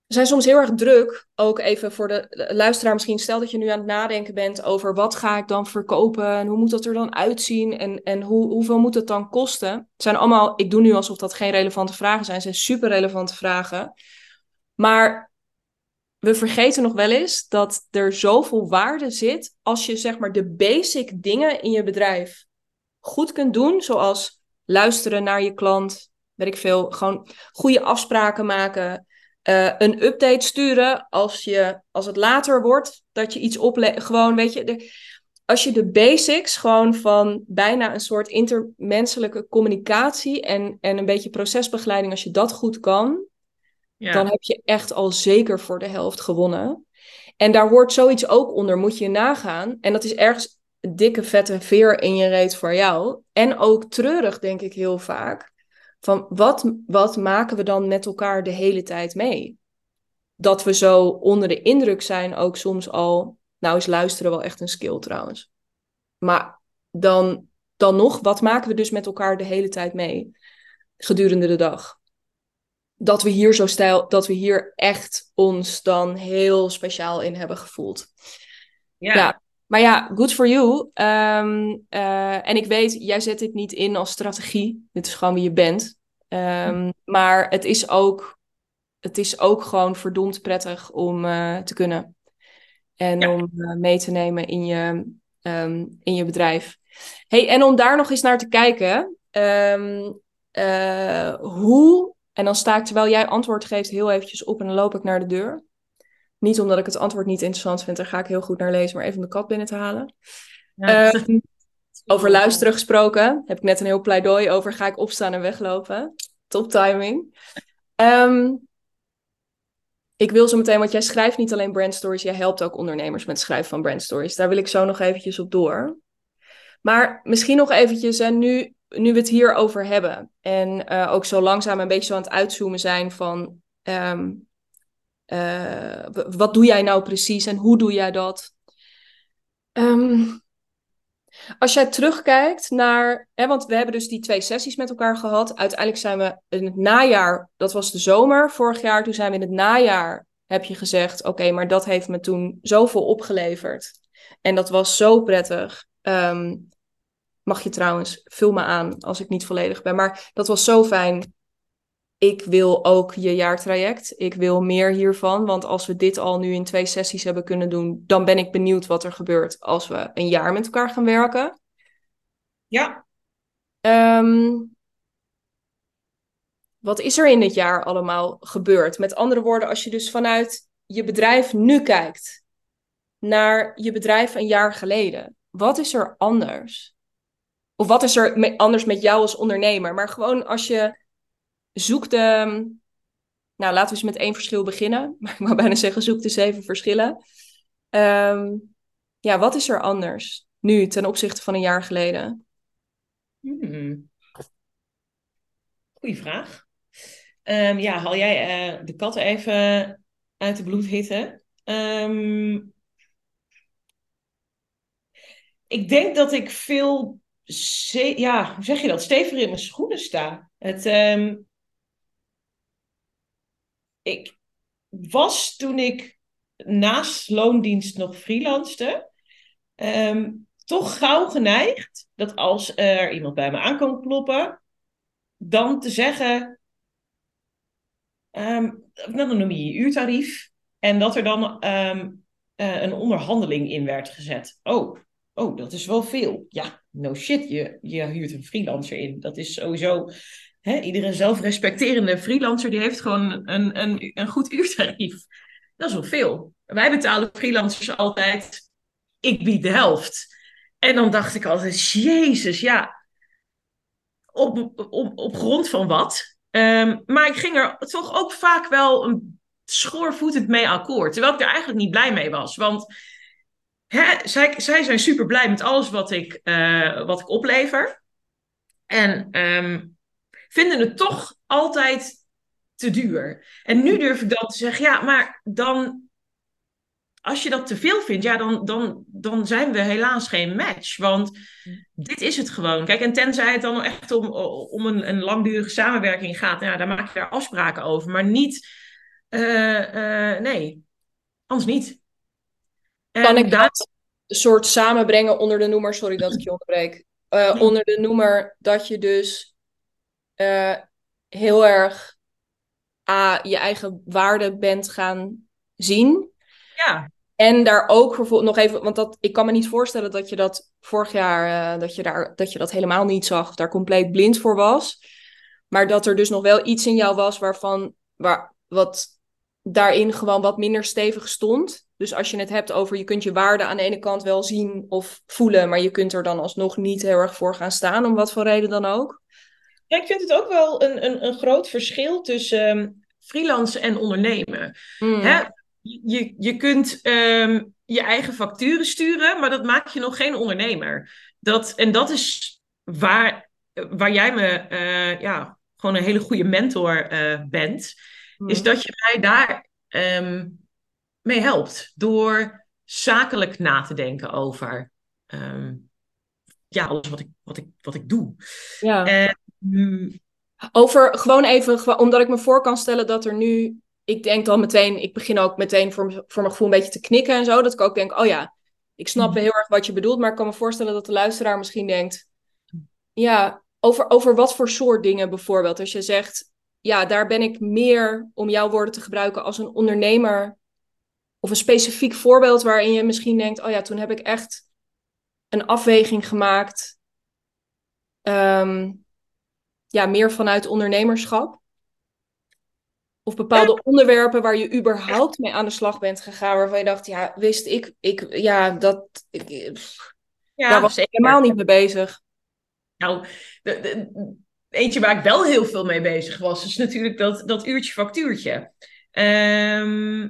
Speaker 1: we zijn soms heel erg druk, ook even voor de luisteraar misschien. Stel dat je nu aan het nadenken bent over wat ga ik dan verkopen en hoe moet dat er dan uitzien en, en hoe, hoeveel moet het dan kosten. Het zijn allemaal, ik doe nu alsof dat geen relevante vragen zijn, het zijn super relevante vragen. Maar we vergeten nog wel eens dat er zoveel waarde zit als je zeg maar de basic dingen in je bedrijf goed kunt doen, zoals luisteren naar je klant, weet ik veel, gewoon goede afspraken maken. Uh, een update sturen als, je, als het later wordt, dat je iets oplegt. Gewoon, weet je, de, als je de basics gewoon van bijna een soort intermenselijke communicatie en, en een beetje procesbegeleiding, als je dat goed kan, ja. dan heb je echt al zeker voor de helft gewonnen. En daar hoort zoiets ook onder, moet je nagaan. En dat is ergens een dikke vette veer in je reet voor jou. En ook treurig, denk ik heel vaak. Van wat, wat maken we dan met elkaar de hele tijd mee? Dat we zo onder de indruk zijn ook soms al... Nou is luisteren wel echt een skill trouwens. Maar dan, dan nog, wat maken we dus met elkaar de hele tijd mee? Gedurende de dag. Dat we hier zo stijl, dat we hier echt ons dan heel speciaal in hebben gevoeld.
Speaker 2: Ja.
Speaker 1: ja. Maar ja, good for you. Um, uh, en ik weet, jij zet dit niet in als strategie. Dit is gewoon wie je bent. Um, maar het is ook, het is ook gewoon verdomd prettig om uh, te kunnen. En ja. om uh, mee te nemen in je, um, in je bedrijf. Hey, en om daar nog eens naar te kijken. Um, uh, hoe... En dan sta ik, terwijl jij antwoord geeft, heel eventjes op en dan loop ik naar de deur. Niet omdat ik het antwoord niet interessant vind, daar ga ik heel goed naar lezen, maar even de kat binnen te halen. Ja, um, over luisteren gesproken, heb ik net een heel pleidooi over, ga ik opstaan en weglopen. Top timing. Um, ik wil zo meteen, want jij schrijft niet alleen brand stories, jij helpt ook ondernemers met het schrijven van brand stories. Daar wil ik zo nog eventjes op door. Maar misschien nog eventjes, en nu... Nu we het hier over hebben en uh, ook zo langzaam een beetje zo aan het uitzoomen zijn van um, uh, wat doe jij nou precies en hoe doe jij dat? Um, als jij terugkijkt naar, hè, want we hebben dus die twee sessies met elkaar gehad. Uiteindelijk zijn we in het najaar, dat was de zomer vorig jaar, toen zijn we in het najaar, heb je gezegd, oké, okay, maar dat heeft me toen zoveel opgeleverd. En dat was zo prettig. Um, Mag je trouwens, vul me aan als ik niet volledig ben. Maar dat was zo fijn. Ik wil ook je jaartraject. Ik wil meer hiervan. Want als we dit al nu in twee sessies hebben kunnen doen, dan ben ik benieuwd wat er gebeurt als we een jaar met elkaar gaan werken.
Speaker 2: Ja.
Speaker 1: Um, wat is er in dit jaar allemaal gebeurd? Met andere woorden, als je dus vanuit je bedrijf nu kijkt naar je bedrijf een jaar geleden. Wat is er anders? Of wat is er me- anders met jou als ondernemer? Maar gewoon als je zoekt... Um, nou, laten we eens met één verschil beginnen. Maar ik wou bijna zeggen, zoek de zeven verschillen. Um, ja, wat is er anders nu ten opzichte van een jaar geleden?
Speaker 2: Hmm. Goeie vraag. Um, ja, haal jij uh, de katten even uit de bloedhitte? Um, ik denk dat ik veel... Se- ja, hoe zeg je dat? Stevig in mijn schoenen sta. Het, um, ik was toen ik naast loondienst nog freelanste, um, toch gauw geneigd dat als er iemand bij me aankomt kloppen, dan te zeggen, um, dan noem je je uurtarief en dat er dan um, uh, een onderhandeling in werd gezet. Oh, oh, dat is wel veel. Ja, no shit, je, je huurt een freelancer in. Dat is sowieso... Hè, iedere zelfrespecterende freelancer die heeft gewoon een, een, een goed uurtarief. Dat is wel veel. Wij betalen freelancers altijd, ik bied de helft. En dan dacht ik altijd, jezus, ja, op, op, op grond van wat? Um, maar ik ging er toch ook vaak wel een schoorvoetend mee akkoord. Terwijl ik er eigenlijk niet blij mee was. Want hè, zij, zij zijn super blij met alles wat ik, uh, wat ik oplever. En... Um, vinden het toch altijd te duur. En nu durf ik dan te zeggen, ja, maar dan, als je dat te veel vindt, ja, dan, dan, dan zijn we helaas geen match. Want dit is het gewoon. Kijk, en tenzij het dan echt om, om een, een langdurige samenwerking gaat, nou ja, dan maak je daar afspraken over. Maar niet Uh, uh, nee, anders niet.
Speaker 1: Kan
Speaker 2: En
Speaker 1: ik
Speaker 2: daar...
Speaker 1: dat een soort samenbrengen onder de noemer, sorry dat ik je onderbreek, uh, onder de noemer dat je dus uh, heel erg A, je eigen waarde bent gaan zien.
Speaker 2: Ja,
Speaker 1: En daar ook vervolgens nog even, want dat, ik kan me niet voorstellen dat je dat vorig jaar, uh, dat, je daar, dat je dat helemaal niet zag, daar compleet blind voor was. Maar dat er dus nog wel iets in jou was waarvan, waar, wat daarin gewoon wat minder stevig stond. Dus als je het hebt over, je kunt je waarde aan de ene kant wel zien of voelen, maar je kunt er dan alsnog niet heel erg voor gaan staan, om wat voor reden dan ook.
Speaker 2: ja, ik vind het ook wel een, een, een groot verschil tussen um, freelance en ondernemen. Hè?
Speaker 1: Mm.
Speaker 2: Je, je kunt um, je eigen facturen sturen, maar dat maakt je nog geen ondernemer. Dat, en dat is waar, waar jij me uh, ja, gewoon een hele goede mentor uh, bent. Is
Speaker 1: Mm.
Speaker 2: dat je mij daar um, mee helpt. Door zakelijk na te denken over um, ja, alles wat ik, wat ik, wat ik doe.
Speaker 1: Ja.
Speaker 2: En mm,
Speaker 1: Over gewoon even, gewo- omdat ik me voor kan stellen dat er nu, ik denk dan meteen, ik begin ook meteen voor, m- voor mijn gevoel een beetje te knikken en zo. Dat ik ook denk, oh ja, ik snap wel heel erg wat je bedoelt, maar ik kan me voorstellen dat de luisteraar misschien denkt, ja, over, over wat voor soort dingen bijvoorbeeld. Als je zegt, ja, daar ben ik meer, om jouw woorden te gebruiken, als een ondernemer, of een specifiek voorbeeld waarin je misschien denkt, oh ja, toen heb ik echt een afweging gemaakt, ehm, ja, meer vanuit ondernemerschap. Of bepaalde onderwerpen waar je überhaupt mee aan de slag bent gegaan, waarvan je dacht, ja, wist ik, ik ja, dat, ik, pff, daar
Speaker 2: ja,
Speaker 1: was ik helemaal
Speaker 2: zeker.
Speaker 1: niet mee bezig.
Speaker 2: Nou, de, de- eentje waar ik wel heel veel mee bezig was, is natuurlijk dat, dat uurtje factuurtje. Ehm,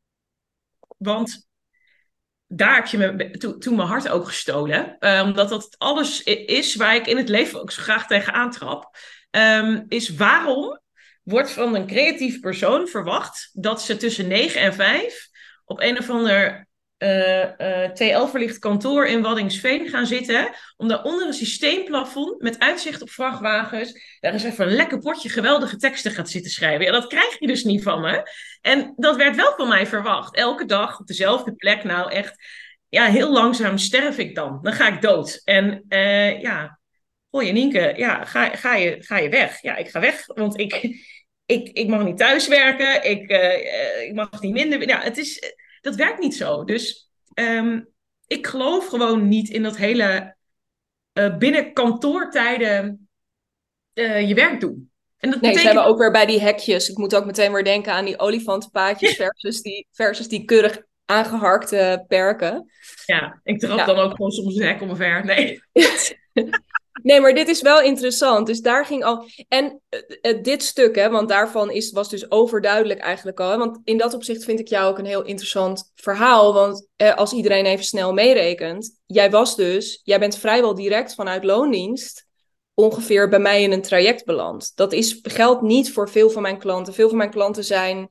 Speaker 2: want daar heb je me to, toen mijn hart ook gestolen. Eh, omdat dat alles i- is waar ik in het leven ook zo graag tegen aantrap. Ehm, is waarom wordt van een creatief persoon verwacht dat ze tussen negen en vijf op een of ander eh, eh, T L-verlicht kantoor in Waddinxveen gaan zitten. Om daar onder een systeemplafond met uitzicht op vrachtwagens. Daar eens even een lekker potje geweldige teksten gaat zitten schrijven. Ja, dat krijg je dus niet van me. En dat werd wel van mij verwacht. Elke dag op dezelfde plek. Nou, echt, ja, heel langzaam sterf ik dan. Dan ga ik dood. En uh, ja, goh, Nienke, ja, ga, ga, je, ga je weg? Ja, ik ga weg, want ik, ik, ik mag niet thuiswerken. Ik, uh, ik mag niet minder. Ja, het is, dat werkt niet zo. Dus um, ik geloof gewoon niet in dat hele uh, binnen kantoortijden uh, je werk doen. En dat
Speaker 1: Nee, zijn we
Speaker 2: betekent...
Speaker 1: ook weer bij die hekjes. Ik moet ook meteen weer denken aan die olifantenpaadjes versus die, versus die keurig aangeharkte perken.
Speaker 2: Ja, ik trap
Speaker 1: Ja.
Speaker 2: dan ook gewoon soms een hek omver. Nee.
Speaker 1: Nee, maar dit is wel interessant. Dus daar ging al. En uh, dit stuk, hè, want daarvan is, was dus overduidelijk eigenlijk al. Hè, want in dat opzicht vind ik jou ook een heel interessant verhaal. Want uh, als iedereen even snel meerekent. Jij was dus, jij bent vrijwel direct vanuit loondienst ongeveer bij mij in een traject beland. Dat is, geldt niet voor veel van mijn klanten. Veel van mijn klanten zijn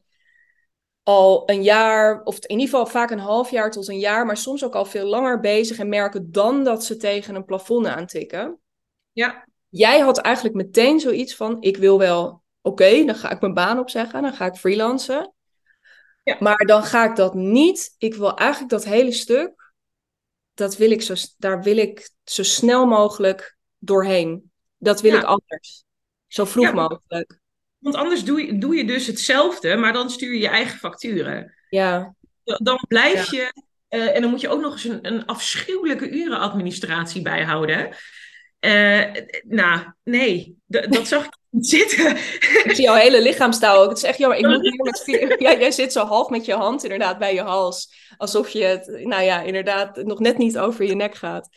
Speaker 1: al een jaar, of in ieder geval vaak een half jaar tot een jaar, maar soms ook al veel langer bezig en merken dan dat ze tegen een plafond aantikken.
Speaker 2: Ja.
Speaker 1: Jij had eigenlijk meteen zoiets van, ik wil wel, oké, okay, dan ga ik mijn baan opzeggen, dan ga ik freelancen.
Speaker 2: Ja.
Speaker 1: Maar dan ga ik dat niet. Ik wil eigenlijk dat hele stuk, dat wil ik zo, daar wil ik zo snel mogelijk doorheen. Dat wil
Speaker 2: Ja.
Speaker 1: ik anders. Zo vroeg
Speaker 2: Ja,
Speaker 1: mogelijk.
Speaker 2: want anders doe je, doe je dus hetzelfde, maar dan stuur je je eigen facturen.
Speaker 1: Ja.
Speaker 2: Dan blijf
Speaker 1: Ja.
Speaker 2: je, uh, en dan moet je ook nog eens een, een afschuwelijke urenadministratie bijhouden. Uh, nou, nee, d- dat zag ik niet zitten.
Speaker 1: Ik zie jouw hele lichaamstaal ook. Het is echt jammer. Ik moet hier met vier... ja, jij zit zo half met je hand inderdaad bij je hals. Alsof je het, nou ja, inderdaad nog net niet over je nek gaat.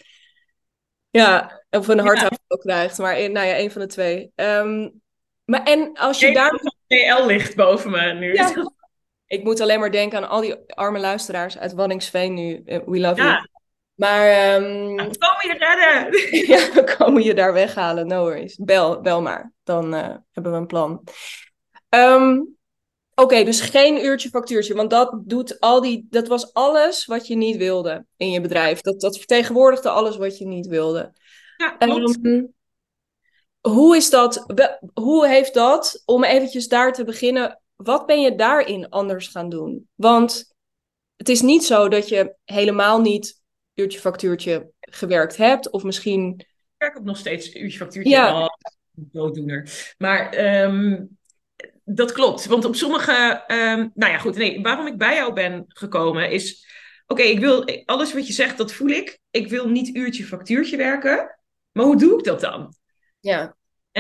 Speaker 1: Ja, of een hartaanval krijgt. Maar nou ja, een van de twee. Um, maar en als je
Speaker 2: Nee,
Speaker 1: daar...
Speaker 2: T L ligt boven me nu.
Speaker 1: Ja. Ik moet alleen maar denken aan al die arme luisteraars uit Waddinxveen nu. We love
Speaker 2: Ja.
Speaker 1: you. Maar... Um...
Speaker 2: Ja, kom je redden!
Speaker 1: Ja, we komen je daar weghalen. No worries. Bel, bel maar. Dan uh, hebben we een plan. Um, Oké, okay, dus geen uurtje factuurtje. Want dat doet al die... Dat was alles wat je niet wilde in je bedrijf. Dat, dat vertegenwoordigde alles wat je niet wilde.
Speaker 2: Ja, klopt.
Speaker 1: Um, hoe is dat... Hoe heeft dat, om eventjes daar te beginnen... wat ben je daarin anders gaan doen? Want het is niet zo dat je helemaal niet uurtje factuurtje gewerkt hebt. Of misschien...
Speaker 2: Ik werk ook nog steeds uurtje factuurtje.
Speaker 1: Ja.
Speaker 2: Oh, dooddoener. Maar um, dat klopt. Want op sommige... Um, nou ja, goed. Nee, waarom ik bij jou ben gekomen is... Oké, okay, ik wil... Alles wat je zegt, dat voel ik. Ik wil niet uurtje factuurtje werken. Maar hoe doe ik dat dan?
Speaker 1: Ja.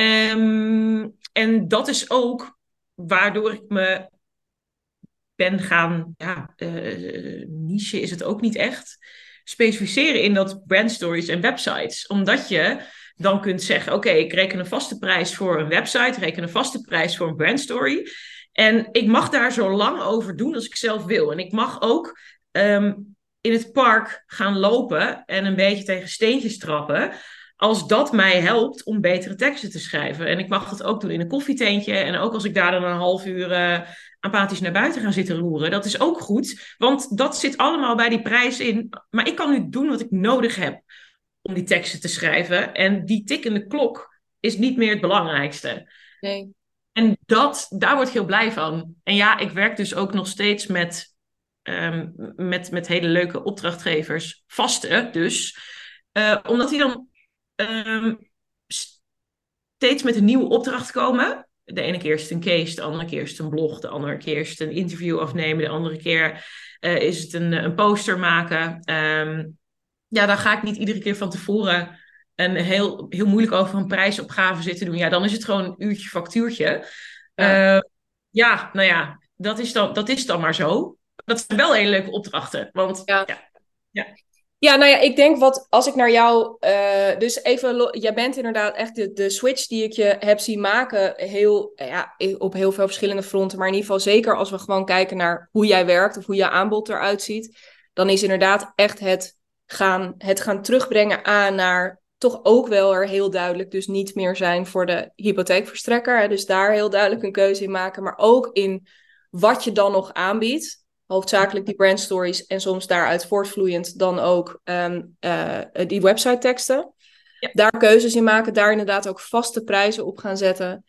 Speaker 2: Um, en dat is ook waardoor ik me ben gaan... Ja, uh, niche is het ook niet echt. Specificeren in dat brandstories en websites. Omdat je dan kunt zeggen... Oké, okay, ik reken een vaste prijs voor een website. Reken een vaste prijs voor een brandstory. En ik mag daar zo lang over doen als ik zelf wil. En ik mag ook um, in het park gaan lopen... en een beetje tegen steentjes trappen... als dat mij helpt om betere teksten te schrijven. En ik mag dat ook doen in een koffietentje. En ook als ik daar dan een half uur uh, apathisch naar buiten ga zitten roeren. Dat is ook goed, want dat zit allemaal bij die prijs in. Maar ik kan nu doen wat ik nodig heb om die teksten te schrijven. En die tikkende klok is niet meer het belangrijkste.
Speaker 1: Nee.
Speaker 2: En dat, daar word ik heel blij van. En ja, ik werk dus ook nog steeds met, um, met, met hele leuke opdrachtgevers. Vaste dus. Uh, omdat die dan... Um, steeds met een nieuwe opdracht komen. De ene keer is het een case, de andere keer is het een blog, de andere keer is het een interview afnemen, de andere keer uh, is het een, een poster maken. Um, ja, dan ga ik niet iedere keer van tevoren een heel, heel moeilijk over een prijsopgave zitten doen. Ja, dan is het gewoon een uurtje factuurtje. Ja, uh, ja nou ja, dat is, dan, dat is dan maar zo. Dat zijn wel hele leuke opdrachten. Want
Speaker 1: ja,
Speaker 2: ja, ja.
Speaker 1: Ja, nou ja, ik denk wat, als ik naar jou, uh, dus even, lo- jij bent inderdaad echt de, de switch die ik je heb zien maken, heel, ja, op heel veel verschillende fronten, maar in ieder geval zeker als we gewoon kijken naar hoe jij werkt of hoe je aanbod eruit ziet, dan is inderdaad echt het gaan, het gaan terugbrengen aan naar toch ook wel er heel duidelijk dus niet meer zijn voor de hypotheekverstrekker, hè, dus daar heel duidelijk een keuze in maken, maar ook in wat je dan nog aanbiedt. Hoofdzakelijk die brandstories en soms daaruit voortvloeiend dan ook um, uh, die website teksten. Ja. Daar keuzes in maken, daar inderdaad ook vaste prijzen op gaan zetten.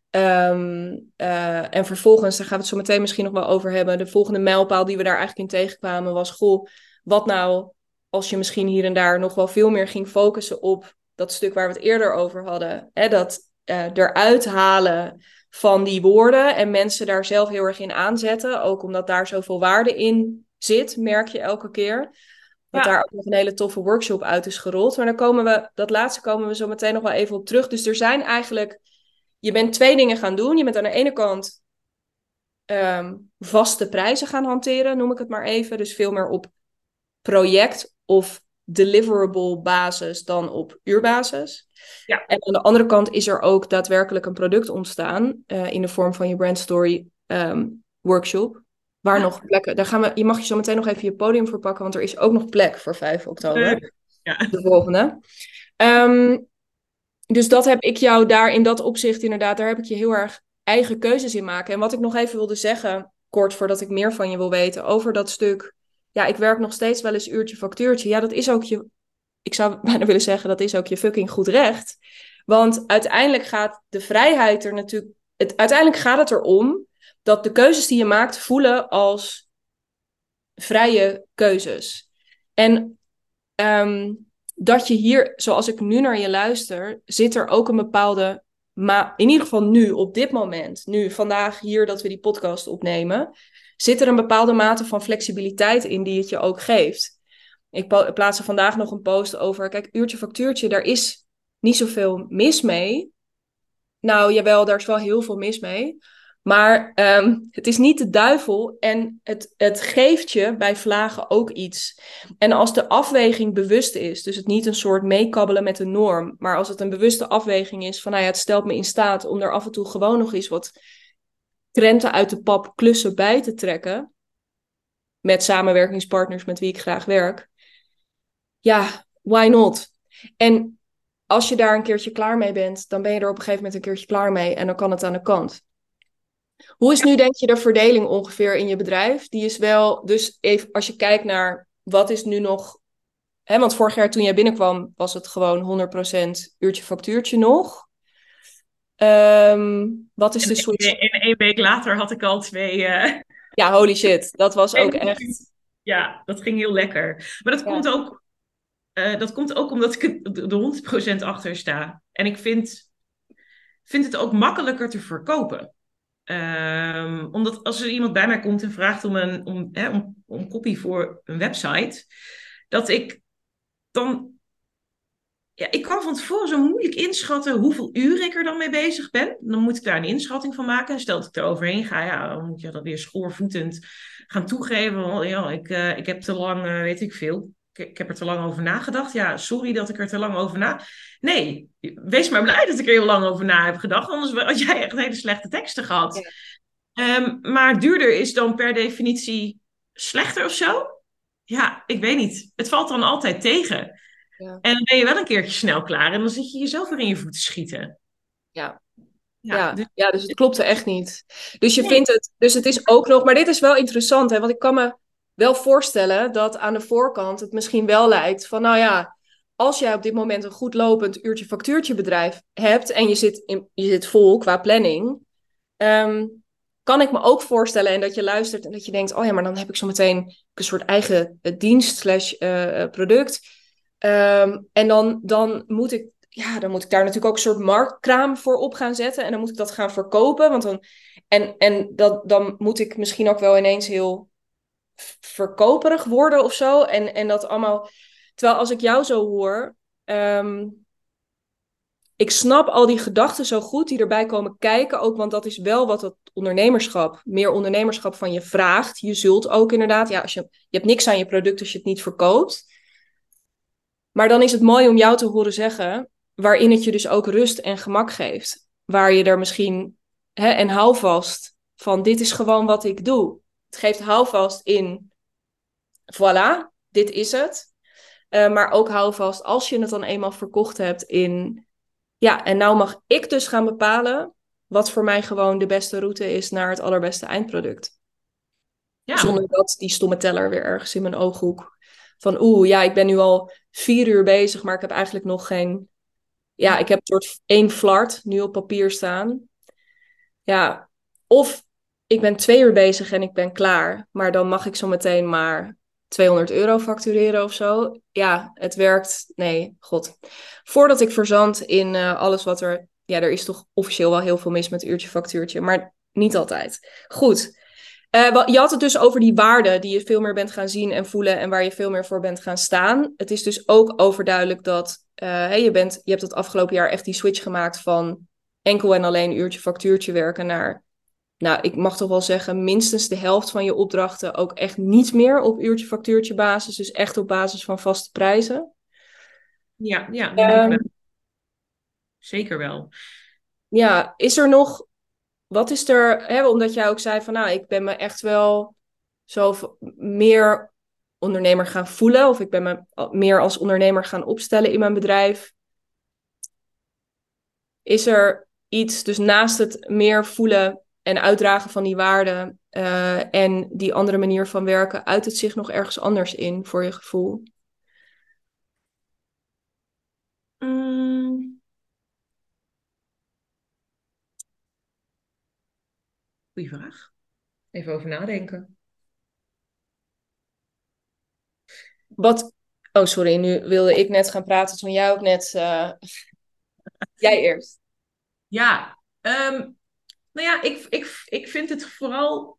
Speaker 1: Um, uh, en vervolgens, daar gaan we het zo meteen misschien nog wel over hebben. De volgende mijlpaal die we daar eigenlijk in tegenkwamen was... Goh, wat nou als je misschien hier en daar nog wel veel meer ging focussen op dat stuk waar we het eerder over hadden. Hè, dat uh, eruit halen van die woorden en mensen daar zelf heel erg in aanzetten. Ook omdat daar zoveel waarde in zit, merk je elke keer. Dat ja. daar ook nog een hele toffe workshop uit is gerold. Maar dan komen we, dat laatste komen we zo meteen nog wel even op terug. Dus er zijn eigenlijk, je bent twee dingen gaan doen. Je bent aan de ene kant um, vaste prijzen gaan hanteren, noem ik het maar even. Dus veel meer op project of deliverable basis dan op uurbasis. Ja. En aan de andere kant is er ook daadwerkelijk een product ontstaan uh, in de vorm van je brandstory um, workshop. Waar ja. nog plekken, daar gaan we, je mag je zo meteen nog even je podium voor pakken, want er is ook nog plek voor vijf oktober. Ja. De volgende. Um, dus dat heb ik jou daar in dat opzicht inderdaad, daar heb ik je heel erg eigen keuzes in maken. En wat ik nog even wilde zeggen, kort voordat ik meer van je wil weten, over dat stuk, ja, ik werk nog steeds wel eens uurtje factuurtje. Ja, dat is ook je, ik zou bijna willen zeggen, dat is ook je fucking goed recht. Want uiteindelijk gaat de vrijheid er natuurlijk, het, uiteindelijk gaat het erom dat de keuzes die je maakt voelen als vrije keuzes. En um, dat je hier, zoals ik nu naar je luister, zit er ook een bepaalde, maar in ieder geval nu, op dit moment, nu, vandaag hier dat we die podcast opnemen, zit er een bepaalde mate van flexibiliteit in die het je ook geeft. Ik po- plaatste vandaag nog een post over, kijk, uurtje factuurtje, daar is niet zoveel mis mee. Nou, jawel, daar is wel heel veel mis mee. Maar um, het is niet de duivel en het, het geeft je bij vlagen ook iets. En als de afweging bewust is, dus het niet een soort meekabbelen met de norm, maar als het een bewuste afweging is van, nou ja, het stelt me in staat om er af en toe gewoon nog eens wat krenten uit de pap klussen bij te trekken, met samenwerkingspartners met wie ik graag werk. Ja, why not? En als je daar een keertje klaar mee bent, dan ben je er op een gegeven moment een keertje klaar mee en dan kan het aan de kant. Hoe is nu, denk je, de verdeling ongeveer in je bedrijf? Die is wel, dus even als je kijkt naar wat is nu nog, hè, want vorig jaar toen jij binnenkwam was het gewoon honderd procent uurtje factuurtje nog. Um, wat is
Speaker 2: En
Speaker 1: de switch?
Speaker 2: in één week later had ik al twee... Uh,
Speaker 1: Ja, holy shit. Dat was ook echt...
Speaker 2: Ja, dat ging heel lekker. Maar dat
Speaker 1: Ja,
Speaker 2: komt ook, uh, dat komt ook omdat ik er honderd procent achter sta. En ik vind, vind het ook makkelijker te verkopen. Um, omdat als er iemand bij mij komt en vraagt om een om, hè, om, om copy voor een website, dat ik dan... Ja, ik kan van tevoren zo moeilijk inschatten hoeveel uren ik er dan mee bezig ben. Dan moet ik daar een inschatting van maken. En stel dat ik er overheen ga, ja, dan moet je dat weer schoorvoetend gaan toegeven. Oh, ja, ik, uh, ik heb te lang, uh, weet ik veel. Ik, ik heb er te lang over nagedacht. Ja, sorry dat ik er te lang over na... Nee, wees maar blij dat ik er heel lang over na heb gedacht. Anders had jij echt hele slechte teksten gehad.
Speaker 1: ja,
Speaker 2: Um, maar duurder is dan per definitie slechter of zo? Ja, ik weet niet. Het valt dan altijd tegen.
Speaker 1: ja,
Speaker 2: En dan ben je wel een keertje snel klaar en dan zit je jezelf weer in je voeten schieten.
Speaker 1: ja.
Speaker 2: Ja,
Speaker 1: Ja,
Speaker 2: dus
Speaker 1: ja, dus het klopte echt niet. Dus je
Speaker 2: nee.
Speaker 1: vindt het, dus het is ook nog, maar dit is wel interessant, hè? Want ik kan me wel voorstellen dat aan de voorkant het misschien wel lijkt van, nou ja, als jij op dit moment een goed lopend uurtje factuurtje bedrijf hebt en je zit, in, je zit vol qua planning, ehm, kan ik me ook voorstellen en dat je luistert en dat je denkt, oh ja, maar dan heb ik zo meteen een soort eigen eh, dienst slash eh, product. Ehm, en dan, dan moet ik ja, dan moet ik daar natuurlijk ook een soort marktkraam voor op gaan zetten. En dan moet ik dat gaan verkopen. Want dan, en en dat, dan moet ik misschien ook wel ineens heel verkoperig worden of zo. En, en dat allemaal. Terwijl als ik jou zo hoor. Um, ik snap al die gedachten zo goed die erbij komen kijken. Ook want dat is wel wat het ondernemerschap, meer ondernemerschap van je vraagt. Je zult ook inderdaad, ja, als je, je hebt niks aan je product als je het niet verkoopt. Maar dan is het mooi om jou te horen zeggen, waarin het je dus ook rust en gemak geeft. Waar je er misschien, hè, en houvast van, dit is gewoon wat ik doe. Het geeft houvast in, voilà, dit is het. Uh, maar ook houvast als je het dan eenmaal verkocht hebt in, ja, en nou mag ik dus gaan bepalen wat voor mij gewoon de beste route is naar het allerbeste eindproduct.
Speaker 2: Ja,
Speaker 1: Zonder dat die stomme teller weer ergens in mijn ooghoek. Van oeh, ja, ik ben nu al vier uur bezig, maar ik heb eigenlijk nog geen... Ja, ik heb een soort één flart nu op papier staan. Ja, of ik ben twee uur bezig en ik ben klaar. Maar dan mag ik zo meteen maar tweehonderd euro factureren of zo. Ja, het werkt. Nee, god. Voordat ik verzand in uh, alles wat er... Ja, er is toch officieel wel heel veel mis met uurtje factuurtje. Maar niet altijd. Goed. Uh, je had het dus over die waarden die je veel meer bent gaan zien en voelen en waar je veel meer voor bent gaan staan. Het is dus ook overduidelijk dat uh, hey, je, bent, je hebt het afgelopen jaar echt die switch gemaakt van enkel en alleen uurtje factuurtje werken naar, nou, ik mag toch wel zeggen, minstens de helft van je opdrachten ook echt niet meer op uurtje factuurtje basis, dus echt op basis van vaste prijzen.
Speaker 2: ja, ja, denk ik
Speaker 1: Um,
Speaker 2: wel. Zeker wel.
Speaker 1: ja, is er nog, wat is er, hè, omdat jij ook zei van, nou, ik ben me echt wel zo meer ondernemer gaan voelen. Of ik ben me meer als ondernemer gaan opstellen in mijn bedrijf. Is er iets, dus naast het meer voelen en uitdragen van die waarden uh, en die andere manier van werken, uit het zich nog ergens anders in voor je gevoel?
Speaker 2: Mm, goeie vraag. Even over nadenken.
Speaker 1: Wat, oh sorry, nu wilde ik net gaan praten toen jij ook net, uh... jij eerst.
Speaker 2: Ja, um, nou ja, ik, ik, ik vind het vooral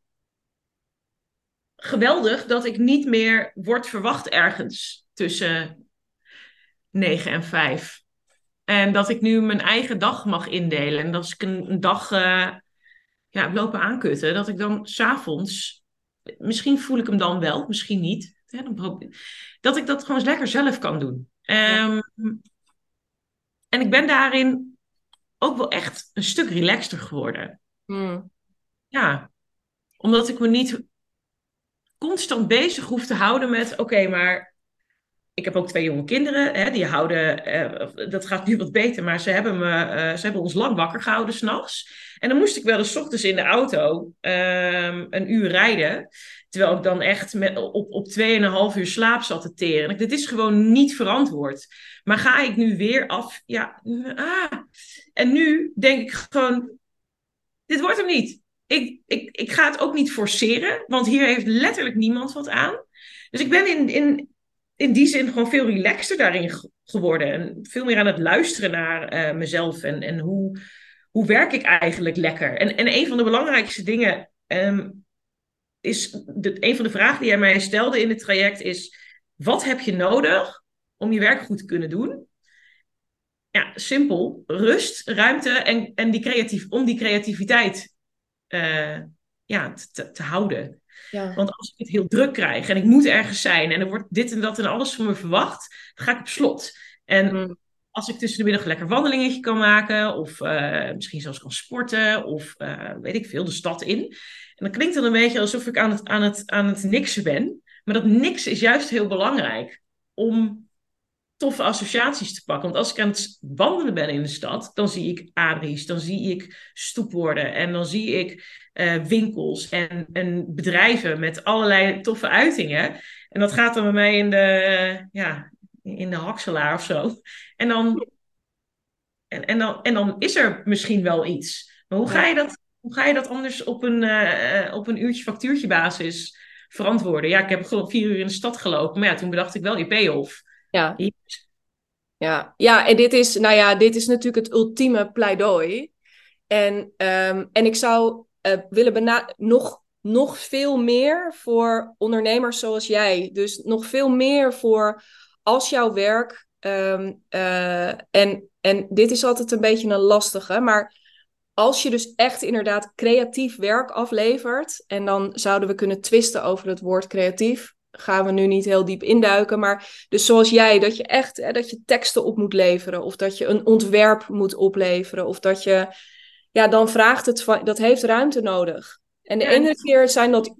Speaker 2: geweldig dat ik niet meer word verwacht ergens tussen negen en vijf. En dat ik nu mijn eigen dag mag indelen. En als ik een, een dag uh, ja, heb lopen aankutten, dat ik dan s'avonds, misschien voel ik hem dan wel, misschien niet. Hè, dan hoop ik, dat ik dat gewoon eens lekker zelf kan doen.
Speaker 1: Ja.
Speaker 2: Um, en ik ben daarin ook wel echt een stuk relaxter geworden.
Speaker 1: Hmm.
Speaker 2: Ja, omdat ik me niet constant bezig hoef te houden met, oké, okay, maar ik heb ook twee jonge kinderen, hè, die houden, uh, dat gaat nu wat beter, maar ze hebben, me, uh, ze hebben ons lang wakker gehouden s'nachts. En dan moest ik wel eens 's ochtends in de auto um, een uur rijden, terwijl ik dan echt met, op, op tweeënhalf uur slaap zat te teren. En ik, dit is gewoon niet verantwoord. Maar ga ik nu weer af? Ja, ah, En nu denk ik gewoon, dit wordt hem niet. Ik, ik, ik ga het ook niet forceren, want hier heeft letterlijk niemand wat aan. Dus ik ben in, in, in die zin gewoon veel relaxter daarin ge- geworden. En veel meer aan het luisteren naar eh, mezelf en, en hoe, hoe werk ik eigenlijk lekker. En, en een van de belangrijkste dingen ehm, is, de, een van de vragen die jij mij stelde in het traject is, wat heb je nodig om je werk goed te kunnen doen? Ja, simpel. Rust, ruimte en, en die creatief, om die creativiteit eh, ja, te, te houden.
Speaker 1: Ja.
Speaker 2: Want als ik het heel druk krijg en ik moet ergens zijn en er wordt dit en dat en alles van me verwacht, dan ga ik op slot. En
Speaker 1: Mm.
Speaker 2: als ik tussen de middag lekker wandelingetje kan maken, of uh, misschien zelfs kan sporten, of uh, weet ik veel, de stad in. En dan klinkt het een beetje alsof ik aan het, aan het, aan het niksen ben. Maar dat niks is juist heel belangrijk om toffe associaties te pakken. Want als ik aan het wandelen ben in de stad, dan zie ik abris, dan zie ik stoepborden en dan zie ik uh, winkels en, en bedrijven met allerlei toffe uitingen. En dat gaat dan bij mij in de, uh, ja, in de hakselaar of zo. En dan, en, en, dan, en dan is er misschien wel iets. Maar hoe ga
Speaker 1: Ja.
Speaker 2: je dat, hoe ga je dat anders op een, uh, op een uurtje factuurtje basis verantwoorden? Ja, ik heb gewoon vier uur in de stad gelopen, maar ja, toen bedacht ik wel je payoff.
Speaker 1: Ja. Ja. Ja, en dit is, nou ja, dit is natuurlijk het ultieme pleidooi. En, um, en ik zou uh, willen bena- nog, nog veel meer voor ondernemers zoals jij. Dus nog veel meer voor als jouw werk. Um, uh, en, en dit is altijd een beetje een lastige, maar als je dus echt inderdaad creatief werk aflevert, en dan zouden we kunnen twisten over het woord creatief. Gaan we nu niet heel diep induiken, maar dus zoals jij, dat je echt hè, dat je teksten op moet leveren, of dat je een ontwerp moet opleveren, of dat je, ja, dan vraagt het van, dat heeft ruimte nodig. En de
Speaker 2: Ja, en
Speaker 1: ene
Speaker 2: dat,
Speaker 1: keer zijn dat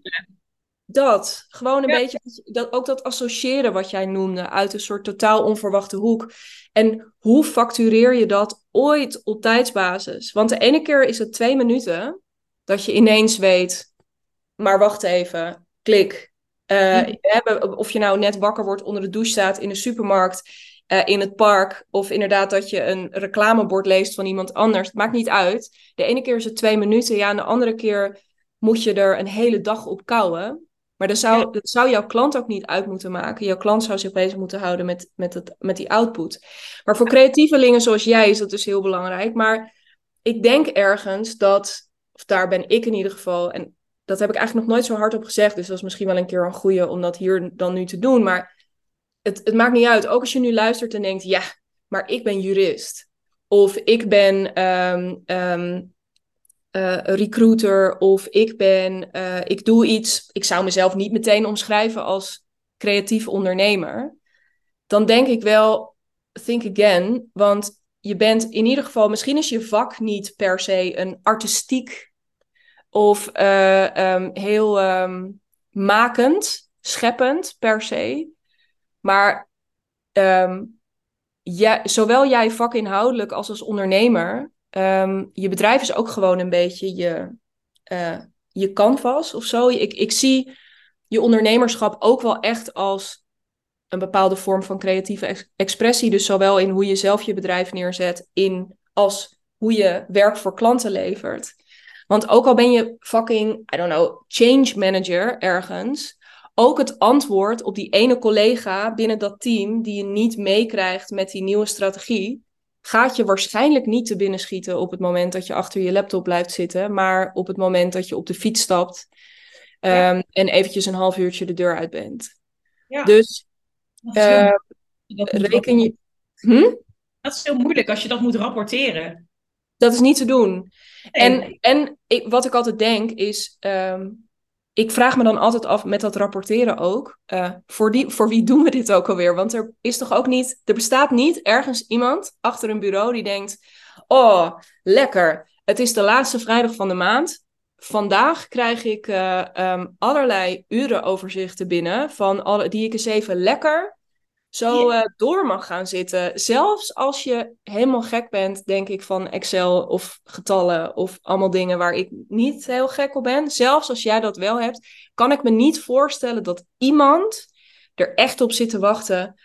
Speaker 1: dat, gewoon een
Speaker 2: ja,
Speaker 1: beetje, dat, ook dat associëren wat jij noemde, uit een soort totaal onverwachte hoek. En hoe factureer je dat ooit op tijdsbasis? Want de ene keer is het twee minuten dat je ineens weet, maar wacht even, klik. Uh, of je nou net wakker wordt, onder de douche staat, in de supermarkt, uh, in het park, of inderdaad dat je een reclamebord leest van iemand anders. Het maakt niet uit. De ene keer is het twee minuten, ja, en de andere keer moet je er een hele dag op kouwen. Maar dat
Speaker 2: ja,
Speaker 1: zou, dat zou jouw klant ook niet uit moeten maken. Jouw klant zou zich bezig moeten houden met, met, het, met die output. Maar voor creatievelingen zoals jij is dat dus heel belangrijk. Maar ik denk ergens dat, of daar ben ik in ieder geval, en dat heb ik eigenlijk nog nooit zo hard op gezegd. Dus dat is misschien wel een keer een goeie om dat hier dan nu te doen. Maar het, het maakt niet uit. Ook als je nu luistert en denkt, ja, maar ik ben jurist. Of ik ben um, um, uh, recruiter. Of ik ben, uh, ik doe iets. Ik zou mezelf niet meteen omschrijven als creatief ondernemer. Dan denk ik wel, think again. Want je bent in ieder geval, misschien is je vak niet per se een artistiek of uh, um, heel um, makend, scheppend per se. Maar um, ja, zowel jij vakinhoudelijk als als ondernemer, um, je bedrijf is ook gewoon een beetje je, uh, je canvas of zo. Ik, ik zie je ondernemerschap ook wel echt als een bepaalde vorm van creatieve ex- expressie. Dus zowel in hoe je zelf je bedrijf neerzet, in als hoe je werk voor klanten levert. Want ook al ben je fucking, I don't know, change manager ergens, ook het antwoord op die ene collega binnen dat team die je niet meekrijgt met die nieuwe strategie, gaat je waarschijnlijk niet te binnen schieten op het moment dat je achter je laptop blijft zitten, maar op het moment dat je op de fiets stapt
Speaker 2: ja,
Speaker 1: um, en eventjes een half uurtje de deur uit bent.
Speaker 2: ja.
Speaker 1: Dus
Speaker 2: Dat is heel
Speaker 1: uh,
Speaker 2: moeilijk. Dat moet
Speaker 1: reken
Speaker 2: rapporteren.
Speaker 1: je... Hm?
Speaker 2: Dat is heel moeilijk als je dat moet rapporteren.
Speaker 1: Dat is niet te doen.
Speaker 2: Nee.
Speaker 1: En, en ik, wat ik altijd denk is, um, ik vraag me dan altijd af met dat rapporteren ook, uh, voor, die, voor wie doen we dit ook alweer? Want er is toch ook niet, er bestaat niet ergens iemand achter een bureau die denkt, oh, lekker, het is de laatste vrijdag van de maand. Vandaag krijg ik uh, um, allerlei urenoverzichten binnen, van alle, die ik eens even lekker zo uh, door mag gaan zitten. Zelfs als je helemaal gek bent, denk ik, van Excel of getallen of allemaal dingen waar ik niet heel gek op ben. Zelfs als jij dat wel hebt, kan ik me niet voorstellen dat iemand er echt op zit te wachten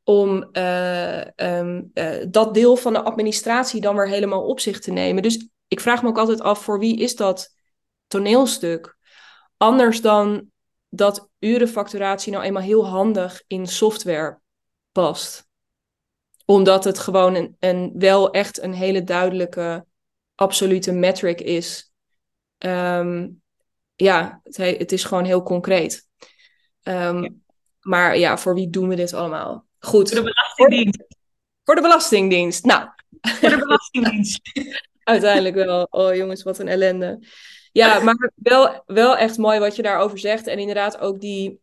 Speaker 1: om uh, um, uh, dat deel van de administratie dan weer helemaal op zich te nemen. Dus ik vraag me ook altijd af, voor wie is dat toneelstuk? Anders dan dat urenfacturatie nou eenmaal heel handig in software past. Omdat het gewoon een, een, wel echt een hele duidelijke, absolute metric is. Um, ja, het, het is gewoon heel concreet. Um, ja. Maar ja, voor wie doen we dit allemaal? Goed.
Speaker 2: Voor de Belastingdienst.
Speaker 1: Voor de Belastingdienst. Nou.
Speaker 2: Voor de Belastingdienst.
Speaker 1: Uiteindelijk wel. Oh jongens, wat een ellende. Ja, maar wel, wel echt mooi wat je daarover zegt. En inderdaad ook die...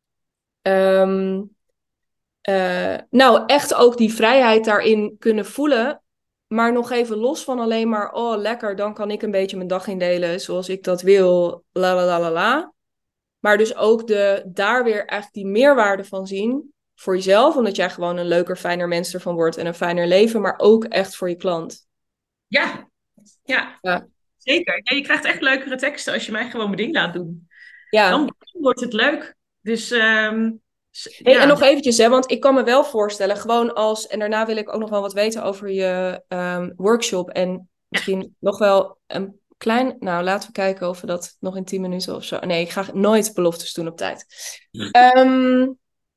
Speaker 1: Um, uh, nou, echt ook die vrijheid daarin kunnen voelen. Maar nog even los van alleen maar... Oh, lekker, dan kan ik een beetje mijn dag indelen zoals ik dat wil. La la la la la. Maar dus ook de, daar weer eigenlijk die meerwaarde van zien voor jezelf. Omdat jij gewoon een leuker, fijner mens ervan wordt en een fijner leven. Maar ook echt voor je klant.
Speaker 2: Ja, ja, ja. Zeker. Ja, je krijgt echt leukere teksten als je mij gewoon mijn ding laat doen. Ja. Dan wordt het leuk. Dus, um,
Speaker 1: hey,
Speaker 2: ja.
Speaker 1: En nog eventjes, hè, want ik kan me wel voorstellen, gewoon als... En daarna wil ik ook nog wel wat weten over je um, workshop. En misschien ja. nog wel een klein... Nou, laten we kijken of we dat nog in tien minuten of zo... Nee, ik ga nooit beloftes doen op tijd. Nee. Um,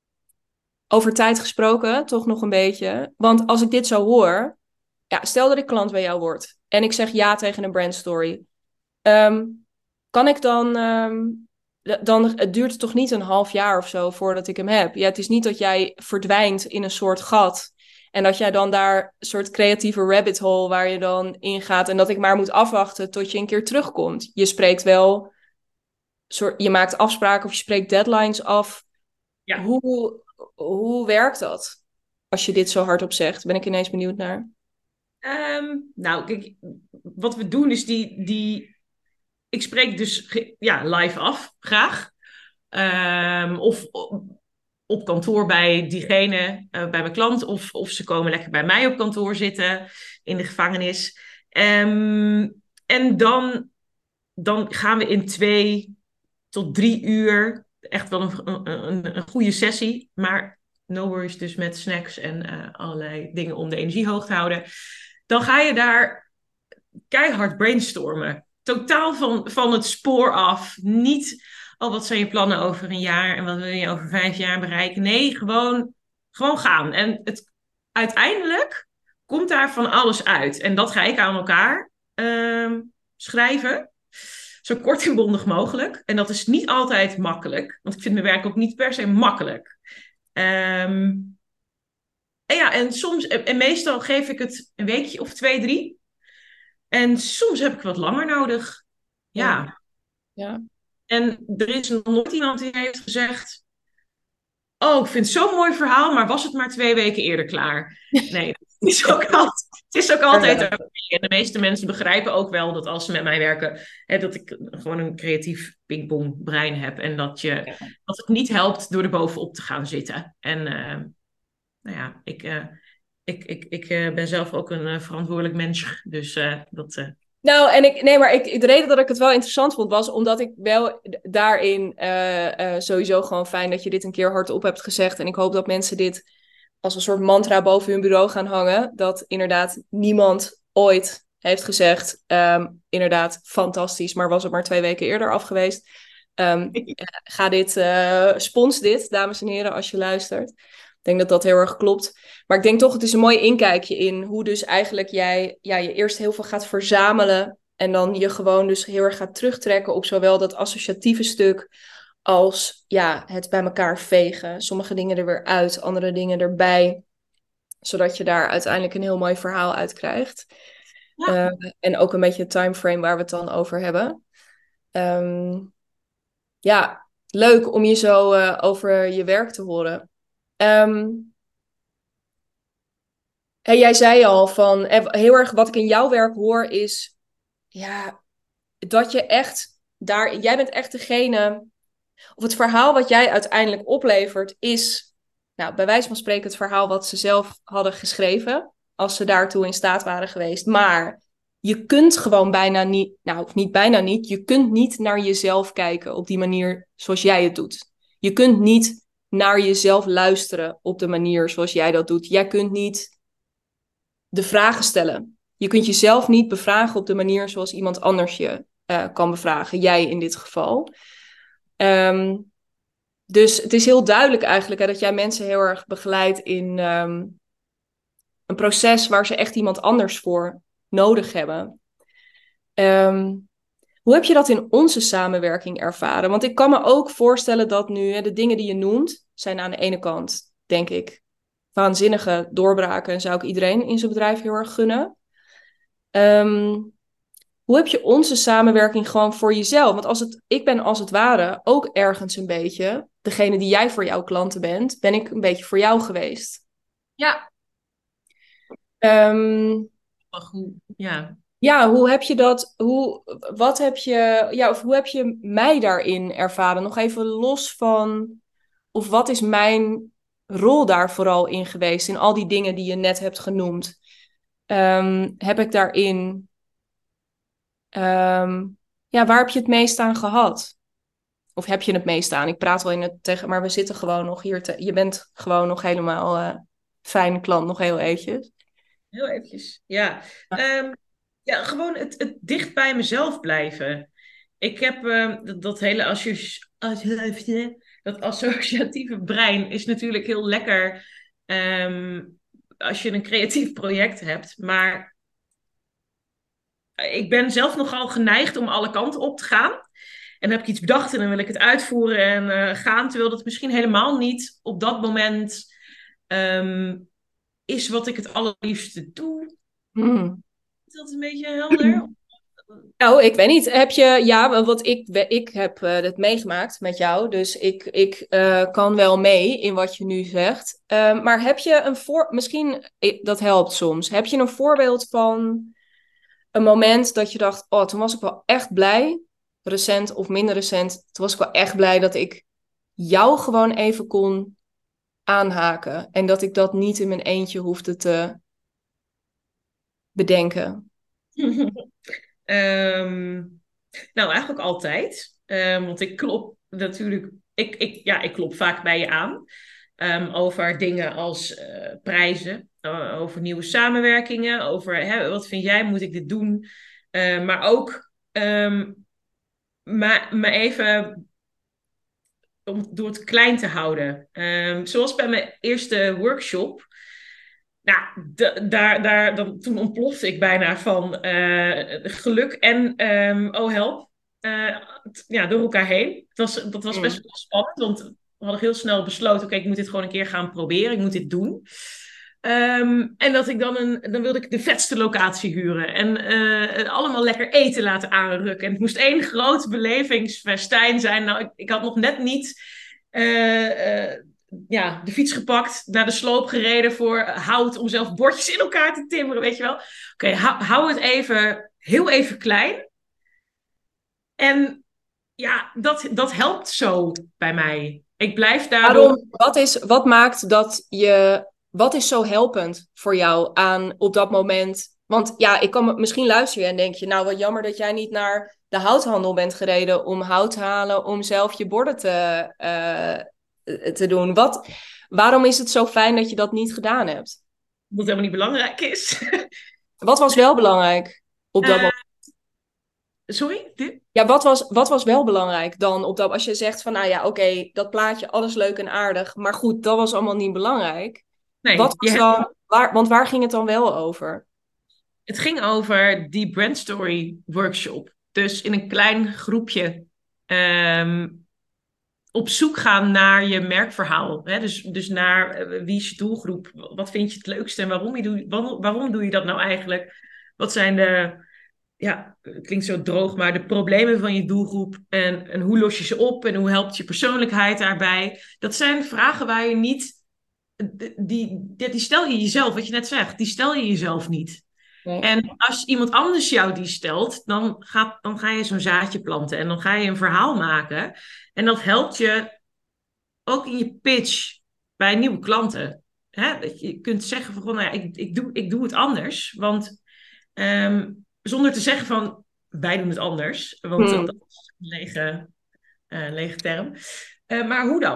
Speaker 1: over tijd gesproken, toch nog een beetje. Want als ik dit zo hoor... Ja, stel dat ik klant bij jou word. En ik zeg ja tegen een brandstory. Um, kan ik dan... Um, dan het duurt het toch niet een half jaar of zo voordat ik hem heb. Ja, het is niet dat jij verdwijnt in een soort gat. En dat jij dan daar een soort creatieve rabbit hole waar je dan ingaat. En dat ik maar moet afwachten tot je een keer terugkomt. Je spreekt wel... Soort, je maakt afspraken of je spreekt deadlines af. Ja. Hoe, hoe werkt dat? Als je dit zo hardop zegt. Ben ik ineens benieuwd naar.
Speaker 2: Um, nou, kijk, wat we doen is die... die... Ik spreek dus ja, live af, graag. Um, of op kantoor bij diegene, uh, bij mijn klant. Of, of ze komen lekker bij mij op kantoor zitten in de gevangenis. Um, en dan, dan gaan we in twee tot drie uur. Echt wel een, een, een goede sessie. Maar no worries dus met snacks en uh, allerlei dingen om de energie hoog te houden. Dan ga je daar keihard brainstormen. Totaal van, van het spoor af. Niet, oh, wat zijn je plannen over een jaar en wat wil je over vijf jaar bereiken? Nee, gewoon, gewoon gaan. En het, uiteindelijk komt daar van alles uit. En dat ga ik aan elkaar uh, schrijven. Zo kort en bondig mogelijk. En dat is niet altijd makkelijk. Want ik vind mijn werk ook niet per se makkelijk. Um, en ja, en soms, en meestal geef ik het een weekje of twee, drie. En soms heb ik wat langer nodig. Ja.
Speaker 1: Ja. ja.
Speaker 2: En er is nog nooit iemand die heeft gezegd... Oh, ik vind het zo'n mooi verhaal, maar was het maar twee weken eerder klaar? Nee, het is ook altijd, het is ook altijd ja. oké. En de meeste mensen begrijpen ook wel dat als ze met mij werken... Hè, dat ik gewoon een creatief pingpong brein heb. En dat, je, ja. dat het niet helpt door er bovenop te gaan zitten. En uh, nou ja, ik... Uh, Ik, ik, ik uh, ben zelf ook een uh, verantwoordelijk mens, dus uh, dat... Uh...
Speaker 1: Nou, en ik, nee, maar ik, de reden dat ik het wel interessant vond was omdat ik wel daarin uh, uh, sowieso gewoon fijn dat je dit een keer hardop hebt gezegd. En ik hoop dat mensen dit als een soort mantra boven hun bureau gaan hangen. Dat inderdaad niemand ooit heeft gezegd, um, inderdaad fantastisch, maar was het maar twee weken eerder af geweest. Um, ga dit, uh, spons dit, dames en heren, als je luistert. Ik denk dat dat heel erg klopt. Maar ik denk toch, het is een mooi inkijkje in hoe dus eigenlijk jij ja, je eerst heel veel gaat verzamelen. En dan je gewoon dus heel erg gaat terugtrekken op zowel dat associatieve stuk als ja, het bij elkaar vegen. Sommige dingen er weer uit, andere dingen erbij. Zodat je daar uiteindelijk een heel mooi verhaal uit krijgt. Ja. Uh, en ook een beetje het timeframe waar we het dan over hebben. Um, ja, leuk om je zo uh, over je werk te horen. Um, hey, jij zei al van, heel erg wat ik in jouw werk hoor is, ja, dat je echt daar, jij bent echt degene, of het verhaal wat jij uiteindelijk oplevert is, nou, bij wijze van spreken het verhaal wat ze zelf hadden geschreven, als ze daartoe in staat waren geweest. Maar je kunt gewoon bijna niet, nou, niet bijna niet, je kunt niet naar jezelf kijken op die manier zoals jij het doet. Je kunt niet naar jezelf luisteren op de manier zoals jij dat doet. Jij kunt niet de vragen stellen. Je kunt jezelf niet bevragen op de manier zoals iemand anders je uh, kan bevragen. Jij in dit geval. Um, dus het is heel duidelijk eigenlijk hè, dat jij mensen heel erg begeleidt in um, een proces waar ze echt iemand anders voor nodig hebben. Um, hoe heb je dat in onze samenwerking ervaren? Want ik kan me ook voorstellen dat nu hè, de dingen die je noemt, zijn aan de ene kant, denk ik, waanzinnige doorbraken en zou ik iedereen in zijn bedrijf heel erg gunnen. Um, hoe heb je onze samenwerking gewoon voor jezelf? Want als het, ik ben als het ware ook ergens een beetje, degene die jij voor jouw klanten bent, ben ik een beetje voor jou geweest.
Speaker 2: Ja.
Speaker 1: Um,
Speaker 2: goed. Ja.
Speaker 1: Ja, hoe heb je dat, hoe, wat heb je, ja, of hoe heb je mij daarin ervaren? Nog even los van, of wat is mijn rol daar vooral in geweest, in al die dingen die je net hebt genoemd? Um, heb ik daarin, um, ja, waar heb je het meest aan gehad? Of heb je het meest aan? Ik praat wel in het tegen, maar we zitten gewoon nog hier, te, je bent gewoon nog helemaal uh, fijne klant, nog heel eventjes.
Speaker 2: Heel eventjes, ja. Ja. Um, Ja, gewoon het, het dicht bij mezelf blijven. Ik heb uh, dat, dat hele associ- dat associatieve brein is natuurlijk heel lekker um, als je een creatief project hebt. Maar ik ben zelf nogal geneigd om alle kanten op te gaan. En dan heb ik iets bedacht en dan wil ik het uitvoeren en uh, gaan. Terwijl dat misschien helemaal niet op dat moment um, is wat ik het allerliefste doe.
Speaker 1: Hmm.
Speaker 2: Is dat een beetje helder?
Speaker 1: Nou, ik weet niet. Heb je, ja, want ik, ik heb uh, het meegemaakt met jou, dus ik, ik uh, kan wel mee in wat je nu zegt. Uh, maar heb je een voor, misschien, dat helpt soms. Heb je een voorbeeld van een moment dat je dacht, oh, toen was ik wel echt blij, recent of minder recent, toen was ik wel echt blij dat ik jou gewoon even kon aanhaken en dat ik dat niet in mijn eentje hoefde te bedenken.
Speaker 2: Um, nou, eigenlijk altijd. Um, want ik klop natuurlijk... Ik, ik, ja, ik klop vaak bij je aan. Um, over dingen als uh, prijzen. Uh, over nieuwe samenwerkingen. Over hè, wat vind jij, moet ik dit doen? Uh, maar ook... Um, maar, maar even... Om, door het klein te houden. Um, zoals bij mijn eerste workshop... Nou, d- daar, daar, dan, toen ontplofte ik bijna van uh, geluk en um, oh help. Uh, t- ja, door elkaar heen. Het was, dat was best wel spannend, want we hadden heel snel besloten: oké, okay, ik moet dit gewoon een keer gaan proberen, ik moet dit doen. Um, en dat ik dan een, dan wilde ik de vetste locatie huren en uh, allemaal lekker eten laten aanrukken. En het moest één groot belevingsfestijn zijn. Nou, ik, ik had nog net niet. Uh, uh, ja, de fiets gepakt, naar de sloop gereden voor hout om zelf bordjes in elkaar te timmeren, weet je wel. Oké, okay, hou, hou het even, heel even klein. En ja, dat, dat helpt zo bij mij. Ik blijf daardoor...
Speaker 1: Waarom, wat, is, wat maakt dat je... Wat is zo helpend voor jou aan op dat moment? Want ja, ik kan misschien luister je en denk je... Nou, wat jammer dat jij niet naar de houthandel bent gereden... om hout te halen, om zelf je borden te, uh, te doen. Wat, waarom is het zo fijn dat je dat niet gedaan hebt?
Speaker 2: Omdat het helemaal niet belangrijk is.
Speaker 1: Wat was wel belangrijk op dat uh, moment?
Speaker 2: Sorry? Dit?
Speaker 1: Ja, wat was, wat was wel belangrijk dan? Op dat, als je zegt van, nou ja, oké, okay, dat plaatje, alles leuk en aardig. Maar goed, dat was allemaal niet belangrijk.
Speaker 2: Nee,
Speaker 1: wat was
Speaker 2: hebt...
Speaker 1: dan, waar, want waar ging het dan wel over?
Speaker 2: Het ging over die brandstory workshop. Dus in een klein groepje um, op zoek gaan naar je merkverhaal. Hè? Dus, dus naar uh, wie is je doelgroep? Wat vind je het leukste en waarom, je doe, waarom, waarom doe je dat nou eigenlijk? Wat zijn de, ja, het klinkt zo droog, maar de problemen van je doelgroep en, en hoe los je ze op en hoe helpt je persoonlijkheid daarbij? Dat zijn vragen waar je niet, die, die, die stel je jezelf, wat je net zegt, die stel je jezelf niet. Nee. En als iemand anders jou die stelt, dan, gaat, dan ga je zo'n zaadje planten en dan ga je een verhaal maken. En dat helpt je ook in je pitch bij nieuwe klanten. Hè? Dat je kunt zeggen van, nou ja, ik, ik, doe, ik doe het anders. Want um, zonder te zeggen van, wij doen het anders. Want hmm. dat is een lege, uh, lege term. Uh, maar hoe dan?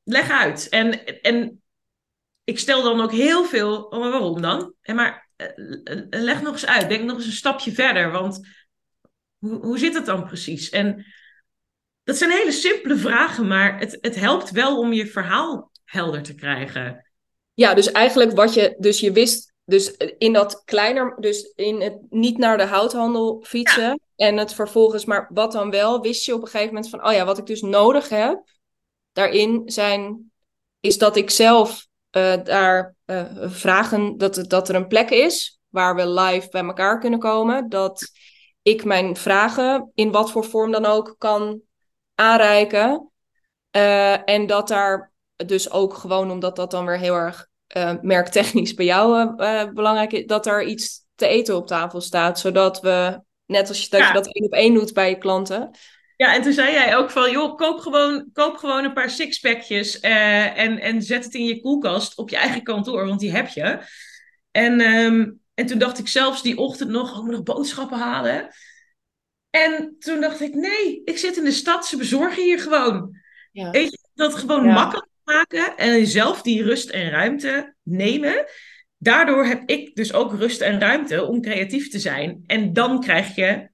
Speaker 2: leg uit. En, en ik stel dan ook heel veel, oh, maar waarom dan? En maar uh, leg nog eens uit, denk nog eens een stapje verder, want hoe, hoe zit het dan precies? En dat zijn hele simpele vragen, maar het, het helpt wel om je verhaal helder te krijgen.
Speaker 1: Ja, dus eigenlijk wat je, dus je wist, dus in dat kleiner, dus in het niet naar de houthandel fietsen
Speaker 2: Ja.
Speaker 1: en het vervolgens, maar wat dan wel, wist je op een gegeven moment van, oh ja, wat ik dus nodig heb, daarin zijn, is dat ik zelf uh, daar uh, vragen, dat, dat er een plek is waar we live bij elkaar kunnen komen, dat ik mijn vragen in wat voor vorm dan ook kan aanreiken. Uh, en dat daar dus ook gewoon, omdat dat dan weer heel erg uh, merktechnisch bij jou uh, belangrijk is, dat er iets te eten op tafel staat. Zodat we, net als je, dat
Speaker 2: Ja.
Speaker 1: je dat één op één doet bij je klanten.
Speaker 2: Ja, en toen zei jij ook van, joh, koop gewoon, koop gewoon een paar sixpackjes uh, en, en zet het in je koelkast op je eigen kantoor, want die heb je. En, um, en toen dacht ik zelfs die ochtend nog, oh, ik moet nog boodschappen halen. En toen dacht ik, nee, ik zit in de stad, ze bezorgen hier gewoon.
Speaker 1: Ja.
Speaker 2: Weet je, dat gewoon
Speaker 1: Ja.
Speaker 2: makkelijk maken en zelf die rust en ruimte nemen. Daardoor heb ik dus ook rust en ruimte om creatief te zijn. En dan krijg je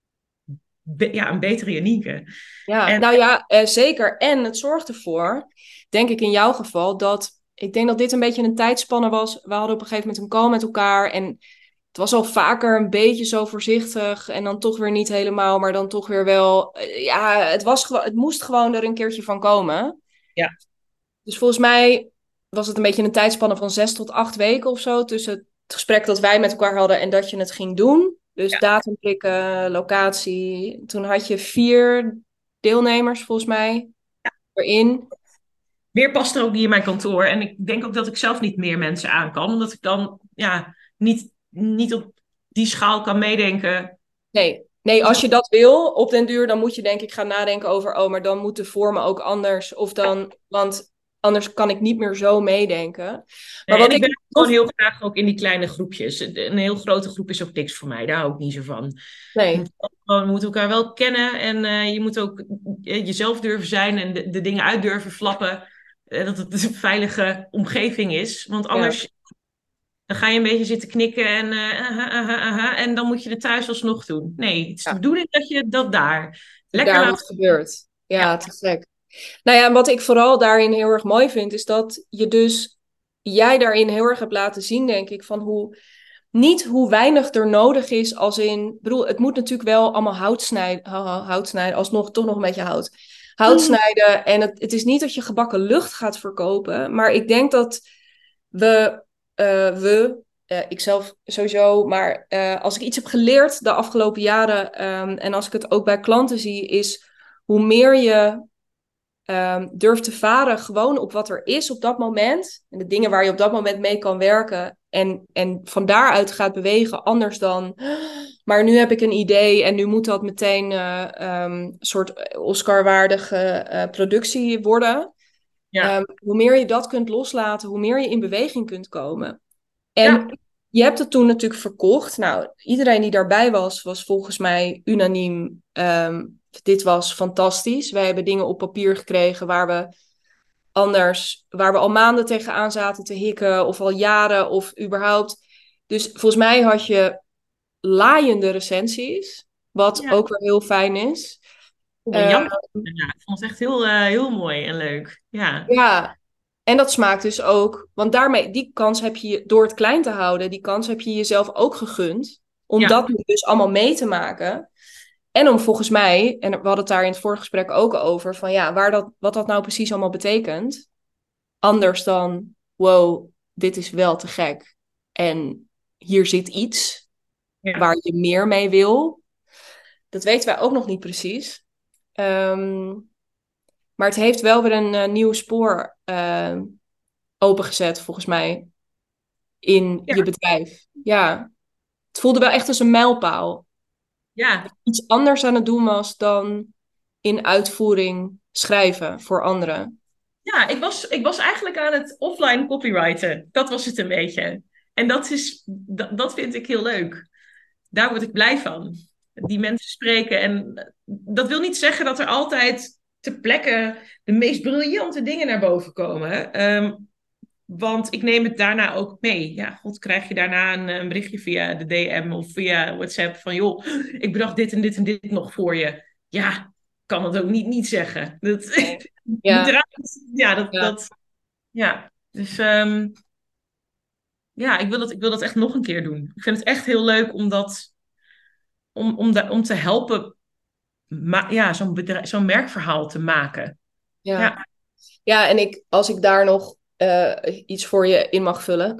Speaker 2: be- ja, een betere Janieke.
Speaker 1: Ja,
Speaker 2: En,
Speaker 1: nou ja, uh, zeker. En het zorgt ervoor, denk ik in jouw geval, dat ik denk dat dit een beetje een tijdspanne was. We hadden op een gegeven moment een call met elkaar en het was al vaker een beetje zo voorzichtig en dan toch weer niet helemaal, maar dan toch weer wel. Uh, ja, het, was gewo- het moest gewoon er een keertje van komen.
Speaker 2: ja.
Speaker 1: Dus volgens mij was het een beetje een tijdspanne van zes tot acht weken of zo tussen het gesprek dat wij met elkaar hadden en dat je het ging doen. Dus
Speaker 2: Ja.
Speaker 1: datum prikken, locatie. Toen had je vier deelnemers volgens mij erin.
Speaker 2: Meer past er ook niet in mijn kantoor. En ik denk ook dat ik zelf niet meer mensen aan kan. Omdat ik dan ja, niet, niet op die schaal kan meedenken.
Speaker 1: Nee. nee, als je dat wil op den duur, dan moet je denk ik gaan nadenken over, oh, maar dan moeten vormen ook anders. Of dan, want anders kan ik niet meer zo meedenken. Maar
Speaker 2: Nee,
Speaker 1: wat
Speaker 2: en ik
Speaker 1: ik
Speaker 2: ben gewoon heel graag ook in die kleine groepjes. Een heel grote groep is ook niks voor mij. Daar hou ik niet zo van.
Speaker 1: Nee.
Speaker 2: Je moet gewoon, we moeten elkaar wel kennen. En uh, je moet ook jezelf durven zijn. En de, de dingen uit durven flappen. Uh, dat het een veilige omgeving is. Want anders... Ja. Dan ga je een beetje zitten knikken en, uh, aha, aha, aha, en dan moet je het thuis alsnog doen. Nee, het is
Speaker 1: Ja.
Speaker 2: de bedoeling dat je dat daar lekker
Speaker 1: daar
Speaker 2: laat...
Speaker 1: wat gebeurt. Ja,
Speaker 2: Ja.
Speaker 1: te gek. Nou ja, en wat ik vooral daarin heel erg mooi vind, is dat je dus, jij daarin heel erg hebt laten zien, denk ik, van hoe, niet hoe weinig er nodig is als in, bedoel, het moet natuurlijk wel allemaal hout snijden, hout snijden, alsnog toch nog een beetje hout. Hout
Speaker 2: Mm.
Speaker 1: snijden en het, het is niet dat je gebakken lucht gaat verkopen, maar ik denk dat we, uh, we, uh, ikzelf sowieso, maar uh, als ik iets heb geleerd de afgelopen jaren, um, en als ik het ook bij klanten zie, is hoe meer je um, durft te varen gewoon op wat er is op dat moment. En de dingen waar je op dat moment mee kan werken. En, en van daaruit gaat bewegen. Anders dan, maar nu heb ik een idee en nu moet dat meteen uh, um, een soort Oscar-waardige uh, productie worden.
Speaker 2: Ja.
Speaker 1: Um, hoe meer je dat kunt loslaten, hoe meer je in beweging kunt komen. En
Speaker 2: Ja.
Speaker 1: je hebt het toen natuurlijk verkocht. Nou, iedereen die daarbij was, was volgens mij unaniem. Um, dit was fantastisch. Wij hebben dingen op papier gekregen waar we anders, waar we al maanden tegenaan zaten te hikken, of al jaren, of überhaupt. Dus volgens mij had je laaiende recensies, wat
Speaker 2: Ja.
Speaker 1: ook weer heel fijn is.
Speaker 2: Oh, Jan, uh, ja, ik vond het echt heel, uh, heel mooi en leuk. Ja.
Speaker 1: Ja. En dat smaakt dus ook, want daarmee, die kans heb je, door het klein te houden, die kans heb je jezelf ook gegund. Om
Speaker 2: Ja.
Speaker 1: dat dus allemaal mee te maken. En om volgens mij, en we hadden het daar in het vorige gesprek ook over, van ja, waar dat, wat dat nou precies allemaal betekent. Anders dan, wow, dit is wel te gek. En hier zit iets
Speaker 2: Ja.
Speaker 1: waar je meer mee wil. Dat weten wij ook nog niet precies. Um, maar het heeft wel weer een uh, nieuw spoor uh, opengezet, volgens mij, in
Speaker 2: Ja.
Speaker 1: je bedrijf. Ja, het voelde wel echt als een mijlpaal.
Speaker 2: Ja.
Speaker 1: Dat iets anders aan het doen was dan in uitvoering schrijven voor anderen.
Speaker 2: Ja, ik was, ik was eigenlijk aan het offline copywriten. Dat was het een beetje. En dat, is, dat, dat vind ik heel leuk. Daar word ik blij van. Die mensen spreken. En dat wil niet zeggen dat er altijd ter plekke de meest briljante dingen naar boven komen. Um, want ik neem het daarna ook mee. Ja, god, krijg je daarna een, een berichtje via de D M of via WhatsApp van... joh, ik bedacht dit en dit en dit nog voor je. Ja, kan het ook niet niet zeggen. Dat,
Speaker 1: Nee.
Speaker 2: moet
Speaker 1: Ja,
Speaker 2: eruit. Ja, dat...
Speaker 1: ja,
Speaker 2: dat ja, dus... Um, ja, ik wil, dat, ik wil dat echt nog een keer doen. Ik vind het echt heel leuk om dat... om, om, da, om te helpen... Ma- ja, zo'n bedrijf, zo'n merkverhaal te maken.
Speaker 1: ja.
Speaker 2: Ja,
Speaker 1: Ja, en ik, als ik daar nog eh, iets voor je in mag vullen.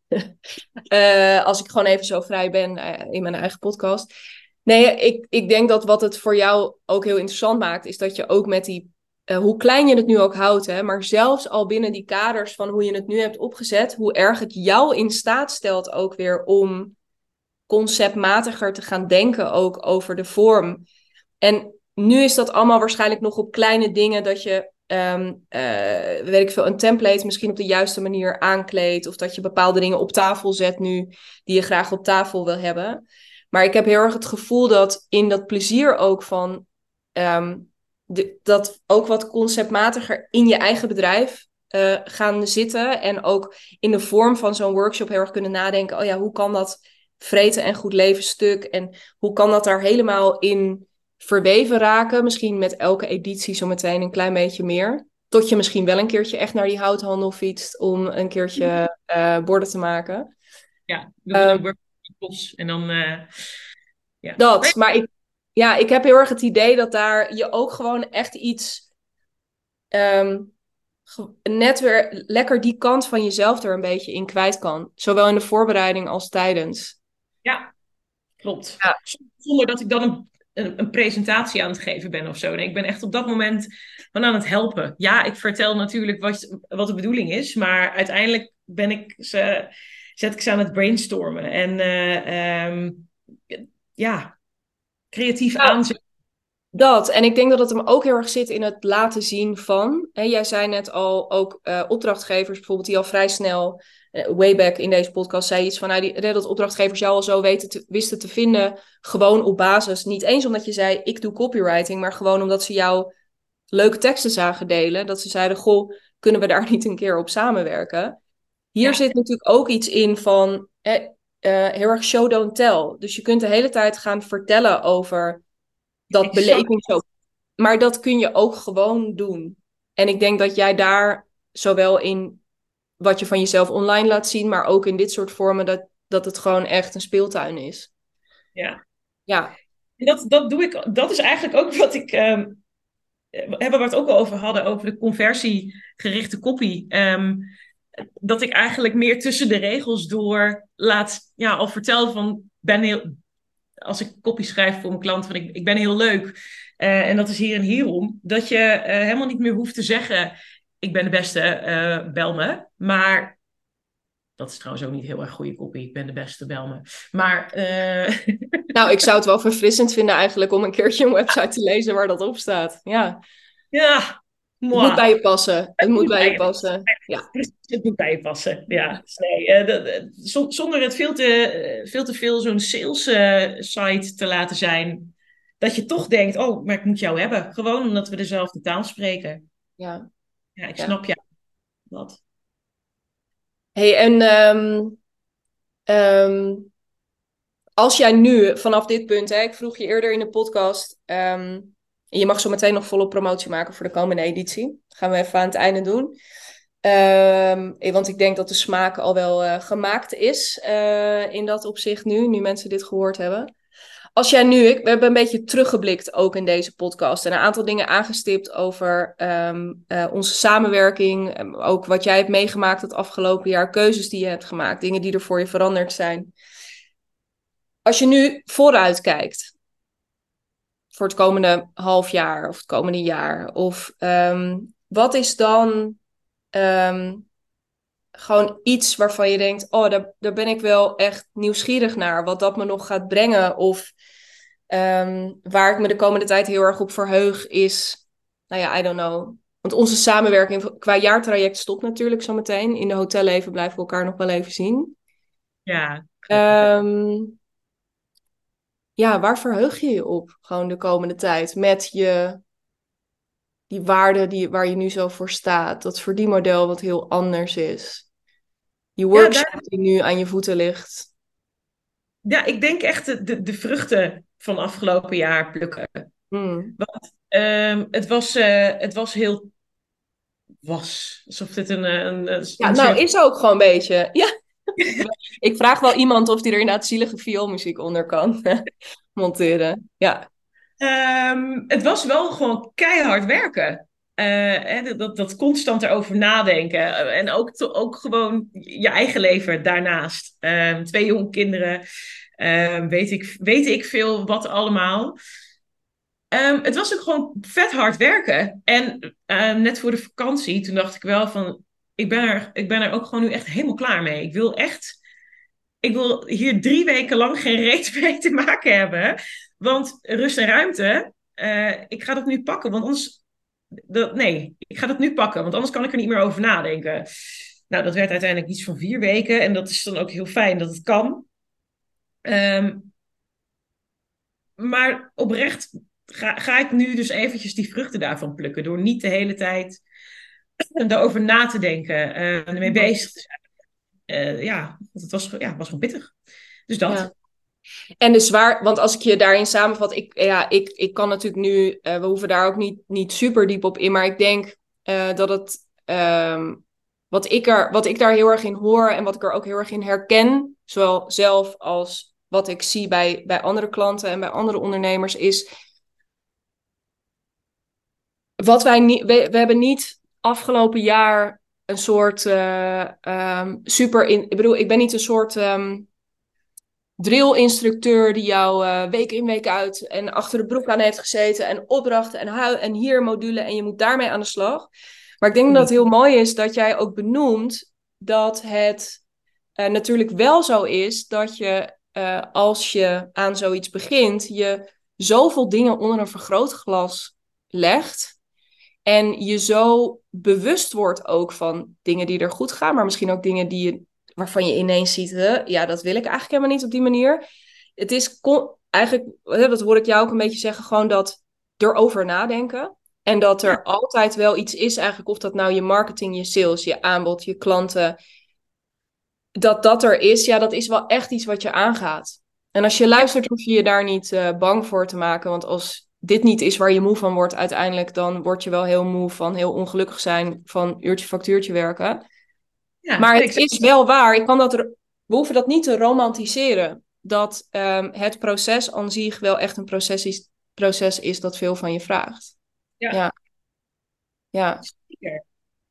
Speaker 1: Eh, als ik gewoon even zo vrij ben eh, in mijn eigen podcast. Nee, ik, ik denk dat wat het voor jou ook heel interessant maakt, is dat je ook met die, eh, hoe klein je het nu ook houdt, hè, maar zelfs al binnen die kaders van hoe je het nu hebt opgezet, hoe erg het jou in staat stelt ook weer om conceptmatiger te gaan denken ook over de vorm. En nu is dat allemaal waarschijnlijk nog op kleine dingen dat je, um, uh, weet ik veel, een template misschien op de juiste manier aankleedt. Of dat je bepaalde dingen op tafel zet nu die je graag op tafel wil hebben. Maar ik heb heel erg het gevoel dat in dat plezier ook van um, de, dat ook wat conceptmatiger in je eigen bedrijf uh, gaan zitten. En ook in de vorm van zo'n workshop heel erg kunnen nadenken. Oh ja, hoe kan dat vreten en goed leven stuk? En hoe kan dat daar helemaal in verweven raken? Misschien met elke editie zometeen een klein beetje meer. Tot je misschien wel een keertje echt naar die houthandel fietst om een keertje uh, borden te maken.
Speaker 2: ja. We doen
Speaker 1: Um,
Speaker 2: een workshop en dan... Uh, ja.
Speaker 1: dat, maar ik, ja, ik heb heel erg het idee dat daar je ook gewoon echt iets... Um, net weer lekker die kant van jezelf er een beetje in kwijt kan. Zowel in de voorbereiding als tijdens.
Speaker 2: Ja, klopt.
Speaker 1: Ja,
Speaker 2: Zonder dat ik dan een, een, een presentatie aan het geven ben of zo. Nee, ik ben echt op dat moment van aan het helpen. Ja, ik vertel natuurlijk wat, wat de bedoeling is, maar uiteindelijk ben ik ze, zet ik ze aan het brainstormen. En uh, um, ja, creatief
Speaker 1: nou,
Speaker 2: aanzetten.
Speaker 1: dat. En ik denk dat het hem ook heel erg zit in het laten zien van. Hè, jij zei net al, ook uh, opdrachtgevers bijvoorbeeld, die al vrij snel, uh, way back in deze podcast, zei iets van, nou, die, dat opdrachtgevers jou al zo weten te, wisten te vinden, gewoon op basis, niet eens omdat je zei, ik doe copywriting, maar gewoon omdat ze jou leuke teksten zagen delen, dat ze zeiden, goh, kunnen we daar niet een keer op samenwerken? Hier
Speaker 2: Ja,
Speaker 1: zit natuurlijk ook iets in van, eh, uh, heel erg show don't tell. Dus je kunt de hele tijd gaan vertellen over dat
Speaker 2: exact.
Speaker 1: beleving zo. Maar dat kun je ook gewoon doen. En ik denk dat jij daar zowel in wat je van jezelf online laat zien, maar ook in dit soort vormen, dat, dat het gewoon echt een speeltuin is.
Speaker 2: Ja.
Speaker 1: Ja,
Speaker 2: En dat, dat doe ik, dat is eigenlijk ook wat ik, um, hebben we het ook al over hadden, over de conversiegerichte copy. Um, dat ik eigenlijk meer tussen de regels door laat, ja, al vertel van, ben heel, als ik copy schrijf voor mijn klant, van ik, ik ben heel leuk. Uh, en dat is hier en hierom. Dat je uh, helemaal niet meer hoeft te zeggen, ik ben de beste, uh, bel me. Maar, dat is trouwens ook niet heel erg goede copy, ik ben de beste, bel me. Maar... Uh...
Speaker 1: nou, ik zou het wel verfrissend vinden eigenlijk om een keertje een website te lezen waar dat op staat. Ja,
Speaker 2: ja,
Speaker 1: het moet
Speaker 2: moi.
Speaker 1: bij je passen. Het
Speaker 2: Het
Speaker 1: moet
Speaker 2: moet
Speaker 1: bij
Speaker 2: bij
Speaker 1: je
Speaker 2: je passen.
Speaker 1: passen. Ja,
Speaker 2: Het moet bij je passen. Ja, dus nee, uh, de, de, zonder het veel te, uh, veel, te veel zo'n sales uh, site te laten zijn. Dat je toch denkt, oh, maar ik moet jou hebben. Gewoon omdat we dezelfde taal spreken.
Speaker 1: ja,
Speaker 2: Ja, ik
Speaker 1: ja.
Speaker 2: snap jou. Wat?
Speaker 1: Hey, en um, um, als jij nu vanaf dit punt, hè, ik vroeg je eerder in de podcast, um, je mag zo meteen nog volop promotie maken voor de komende editie. Dat gaan we even aan het einde doen. Um, want ik denk dat de smaak al wel uh, gemaakt is uh, in dat opzicht nu, nu mensen dit gehoord hebben. Als jij nu, ik, we hebben een beetje teruggeblikt ook in deze podcast en een aantal dingen aangestipt over um, uh, onze samenwerking, um, ook wat jij hebt meegemaakt het afgelopen jaar, keuzes die je hebt gemaakt, dingen die er voor je veranderd zijn. Als je nu vooruit kijkt, voor het komende half jaar of het komende jaar, of um, wat is dan um, gewoon iets waarvan je denkt, oh, daar, daar ben ik wel echt nieuwsgierig naar, wat dat me nog gaat brengen, of um, waar ik me de komende tijd heel erg op verheug is, nou ja, I don't know. Want onze samenwerking qua jaartraject stopt natuurlijk zo meteen. In de hotelleven blijven we elkaar nog wel even zien.
Speaker 2: Ja.
Speaker 1: Um, ja, waar verheug je je op gewoon de komende tijd met je die waarde die, waar je nu zo voor staat. Dat verdienmodel wat heel anders is. Die
Speaker 2: Ja, daar,
Speaker 1: workshop die nu aan je voeten ligt.
Speaker 2: ja, ik denk echt de, de, de vruchten van afgelopen jaar plukken.
Speaker 1: Hmm.
Speaker 2: Want ehm, het, was, eh, het was heel... Was. Alsof dit een, een, een,
Speaker 1: Ja,
Speaker 2: een
Speaker 1: nou
Speaker 2: soort...
Speaker 1: is ook gewoon een beetje. Ja. Ik vraag wel iemand of die er inderdaad zielige vioolmuziek onder kan monteren. Ja.
Speaker 2: Ehm, het was wel gewoon keihard werken. Eh, hè, dat, dat constant erover nadenken. Eh, En ook, to- ook gewoon je eigen leven daarnaast. Ehm, twee jonge kinderen. Ehm, weet ik, weet ik veel wat allemaal. Ehm, het was ook gewoon vet hard werken. En eh, net voor de vakantie, toen dacht ik wel van... Ik ben er, ik ben er ook gewoon nu echt helemaal klaar mee. Ik wil echt... Ik wil hier drie weken lang geen reet mee te maken hebben. Want rust en ruimte, eh, ik ga dat nu pakken. Want anders... Dat, nee, ik ga dat nu pakken. Want anders kan ik er niet meer over nadenken. Nou, dat werd uiteindelijk iets van vier weken. En dat is dan ook heel fijn dat het kan. Ehm, maar oprecht ga, ga ik nu dus eventjes die vruchten daarvan plukken. Door niet de hele tijd daarover na te denken. Uh, ermee bezig te zijn. Uh, ja, want het was, ja, het was gewoon pittig. Dus dat.
Speaker 1: Ja. En de zwaar, want als ik je daarin samenvat, ik, ja, ik, ik kan natuurlijk nu, uh, we hoeven daar ook niet, niet super diep op in, maar ik denk uh, dat het, um, wat, ik er, wat ik daar heel erg in hoor en wat ik er ook heel erg in herken, zowel zelf als wat ik zie bij, bij andere klanten en bij andere ondernemers, is wat wij niet, we, we hebben niet afgelopen jaar een soort uh, um, super, in, ik bedoel, ik ben niet een soort... Um, drill-instructeur die jou uh, week in week uit en achter de broek aan heeft gezeten en opdrachten en, hu- en hier module en je moet daarmee aan de slag. Maar ik denk dat het heel mooi is dat jij ook benoemt dat het uh, natuurlijk wel zo is dat je uh, als je aan zoiets begint, je zoveel dingen onder een vergrootglas legt en je zo bewust wordt ook van dingen die er goed gaan, maar misschien ook dingen die je waarvan je ineens ziet, hè, ja, dat wil ik eigenlijk helemaal niet op die manier. Het is con- eigenlijk, hè, dat hoor ik jou ook een beetje zeggen, gewoon dat erover nadenken. En dat er altijd wel iets is eigenlijk, of dat nou je marketing, je sales, je aanbod, je klanten, dat dat er is, ja, dat is wel echt iets wat je aangaat. En als je luistert, hoef je je daar niet uh, bang voor te maken. Want als dit niet is waar je moe van wordt uiteindelijk, dan word je wel heel moe van heel ongelukkig zijn van uurtje factuurtje werken.
Speaker 2: Ja,
Speaker 1: Maar
Speaker 2: nee,
Speaker 1: het
Speaker 2: ik
Speaker 1: is wel waar. Ik kan dat er, we hoeven dat niet te romantiseren. Dat um, het proces aan zich wel echt een proces is, proces is dat veel van je vraagt.
Speaker 2: Ja,
Speaker 1: Ja, ja.
Speaker 2: zeker.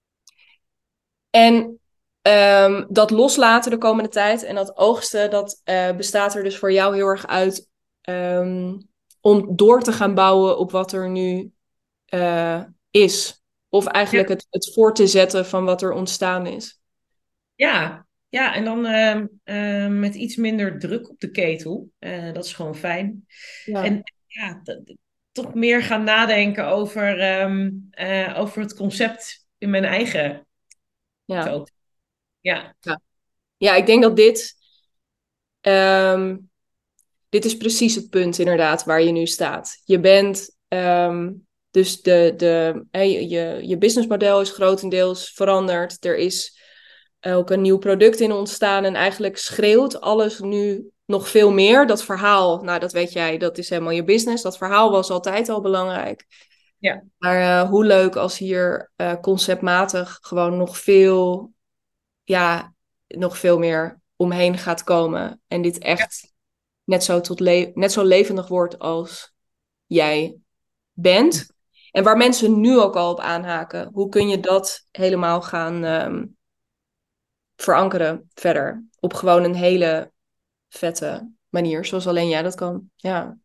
Speaker 1: En um, dat loslaten de komende tijd en dat oogsten, dat uh, bestaat er dus voor jou heel erg uit um, om door te gaan bouwen op wat er nu uh, is. Of eigenlijk
Speaker 2: Ja,
Speaker 1: het, het voor te zetten van wat er ontstaan is.
Speaker 2: ja, ja, en dan ehm, ehm, met iets minder druk op de ketel. Eh, dat is gewoon fijn.
Speaker 1: Ja,
Speaker 2: En ja, d- d- toch meer gaan nadenken over, ehm, eh, over het concept in mijn eigen
Speaker 1: ja,
Speaker 2: toon. Ja,
Speaker 1: ja. Ja, ik denk dat dit, um, dit is precies het punt inderdaad waar je nu staat. Je bent, um, dus de, de, hey, je, je businessmodel is grotendeels veranderd. Er is ook een nieuw product in ontstaan en eigenlijk schreeuwt alles nu nog veel meer. Dat verhaal, nou dat weet jij, dat is helemaal je business. Dat verhaal was altijd al belangrijk.
Speaker 2: ja,
Speaker 1: Maar uh, hoe leuk als hier uh, conceptmatig gewoon nog veel, ja, nog veel meer omheen gaat komen. En dit
Speaker 2: ja,
Speaker 1: echt net zo, tot le- net zo levendig wordt als jij bent. En waar mensen nu ook al op aanhaken. Hoe kun je dat helemaal gaan um, verankeren verder? Op gewoon een hele vette manier, zoals alleen jij dat kan. Ja.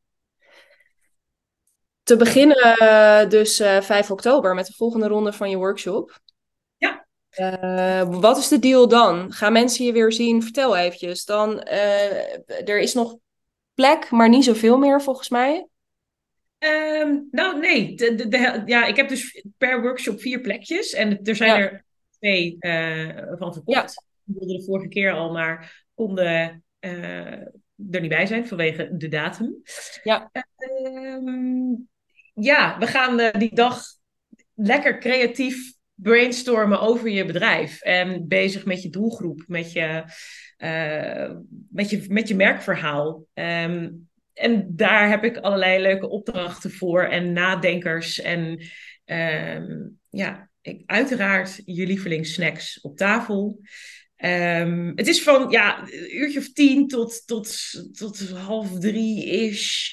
Speaker 1: Te beginnen uh, dus uh, vijf oktober met de volgende ronde van je workshop.
Speaker 2: ja.
Speaker 1: Uh, wat is de deal dan? Gaan mensen je weer zien? Vertel eventjes. Dan, uh, er is nog plek, maar niet zoveel meer volgens mij.
Speaker 2: Ehm, nou, nee. De, de, de- ja, ik heb dus per workshop vier plekjes. En er zijn
Speaker 1: Ja,
Speaker 2: er twee eh, van
Speaker 1: ja,
Speaker 2: verkocht. Ik wilde de vorige keer al, maar konden eh, er niet bij zijn vanwege de datum.
Speaker 1: ja,
Speaker 2: Ehm, ja, we gaan eh, die dag. lekker creatief brainstormen over je bedrijf. En bezig met je doelgroep, met je, uh, met je, met je merkverhaal. Um, en daar heb ik allerlei leuke opdrachten voor en nadenkers. En um, ja, ik, uiteraard je lievelingssnacks op tafel. Um, het is van ja, een uurtje of tien tot, tot, tot half drie-ish.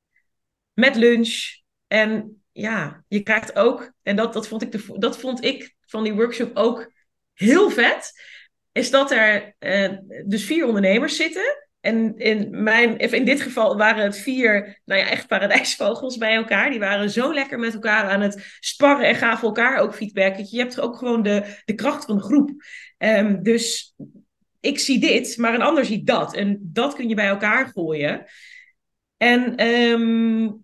Speaker 2: Met lunch. En ja, je krijgt ook, en dat, dat, vond ik de, dat vond ik van die workshop ook heel vet, is dat er uh, dus vier ondernemers zitten. En in, mijn, in dit geval waren het vier, nou ja, echt paradijsvogels bij elkaar. Die waren zo lekker met elkaar aan het sparren en gaven elkaar ook feedback. Je hebt ook gewoon de, de kracht van de groep. Um, dus ik zie dit, maar een ander ziet dat. En dat kun je bij elkaar gooien. En um,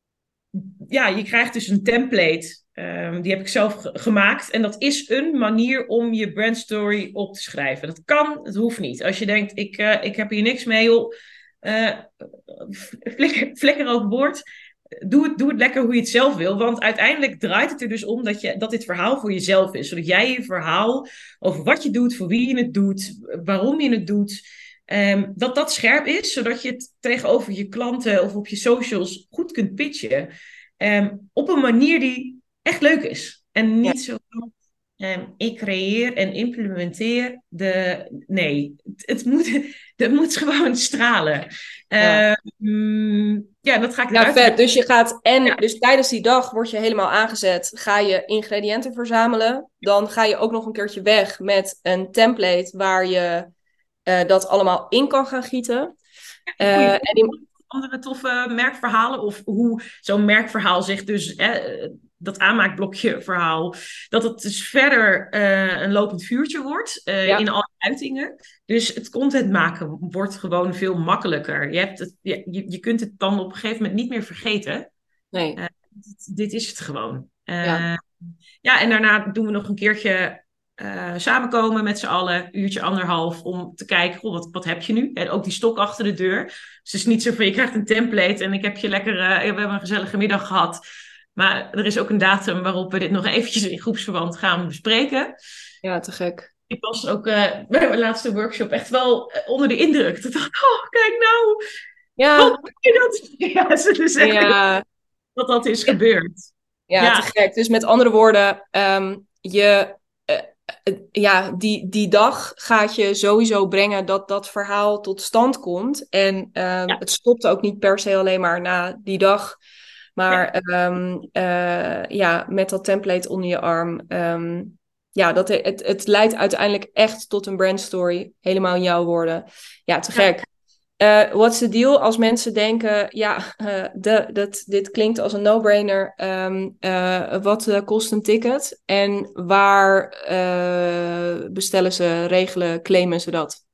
Speaker 2: ja, je krijgt dus een template. Um, die heb ik zelf g- gemaakt. En dat is een manier om je brandstory op te schrijven. Dat kan, het hoeft niet. Als je denkt, ik, uh, ik heb hier niks mee, joh. Uh, flikker, flikker overboord. Doe het, doe het lekker hoe je het zelf wil. Want uiteindelijk draait het er dus om dat, je, dat dit verhaal voor jezelf is. Zodat jij je verhaal over wat je doet, voor wie je het doet, waarom je het doet, um, dat dat scherp is. Zodat je het tegenover je klanten of op je socials goed kunt pitchen. Um, op een manier die echt leuk is. En niet ja. zo um, ik creëer en implementeer de... Nee, het, het, moet, het moet gewoon stralen. Ja, um, ja dat ga ik
Speaker 1: eruit. Ja, vet. Dus je gaat... En ja. dus tijdens die dag word je helemaal aangezet. Ga je ingrediënten verzamelen. Dan ga je ook nog een keertje weg met een template waar je uh, dat allemaal in kan gaan gieten.
Speaker 2: Uh, en die... andere toffe merkverhalen of hoe zo'n merkverhaal zich dus, eh, dat aanmaakblokje verhaal, dat het dus verder uh, een lopend vuurtje wordt uh, ja. in alle uitingen. Dus het content maken wordt gewoon veel makkelijker. Je, hebt het, je, je kunt het dan op een gegeven moment niet meer vergeten.
Speaker 1: Nee.
Speaker 2: Uh, dit, dit is het gewoon. Uh,
Speaker 1: ja.
Speaker 2: ja, en daarna doen we nog een keertje Uh, samenkomen met z'n allen, een uurtje anderhalf, om te kijken, goh, wat, wat heb je nu? En ook die stok achter de deur. Dus het is niet zo van, je krijgt een template en ik heb je lekker, uh, we hebben een gezellige middag gehad. Maar er is ook een datum waarop we dit nog eventjes in groepsverband gaan bespreken.
Speaker 1: Ja, te gek.
Speaker 2: Ik was ook uh, bij mijn laatste workshop echt wel onder de indruk. Ik dacht, oh, kijk nou.
Speaker 1: Ja.
Speaker 2: Hoe doe je dat? Ja, ze dus echt
Speaker 1: ja.
Speaker 2: dat dat is gebeurd.
Speaker 1: Ja, ja, te gek. Dus met andere woorden, um, je... Uh, ja, die, die dag gaat je sowieso brengen dat dat verhaal tot stand komt. En um, ja. het stopt ook niet per se alleen maar na die dag. Maar ja, um, uh, ja met dat template onder je arm. Um, ja, dat, het, het leidt uiteindelijk echt tot een brandstory. Helemaal in jouw woorden. Ja, te gek. Ja. Uh, what's the deal als mensen denken, ja, uh, de, dat, dit klinkt als een no-brainer. Um, uh, wat uh, kost een ticket? En waar uh, bestellen ze, regelen, claimen ze dat?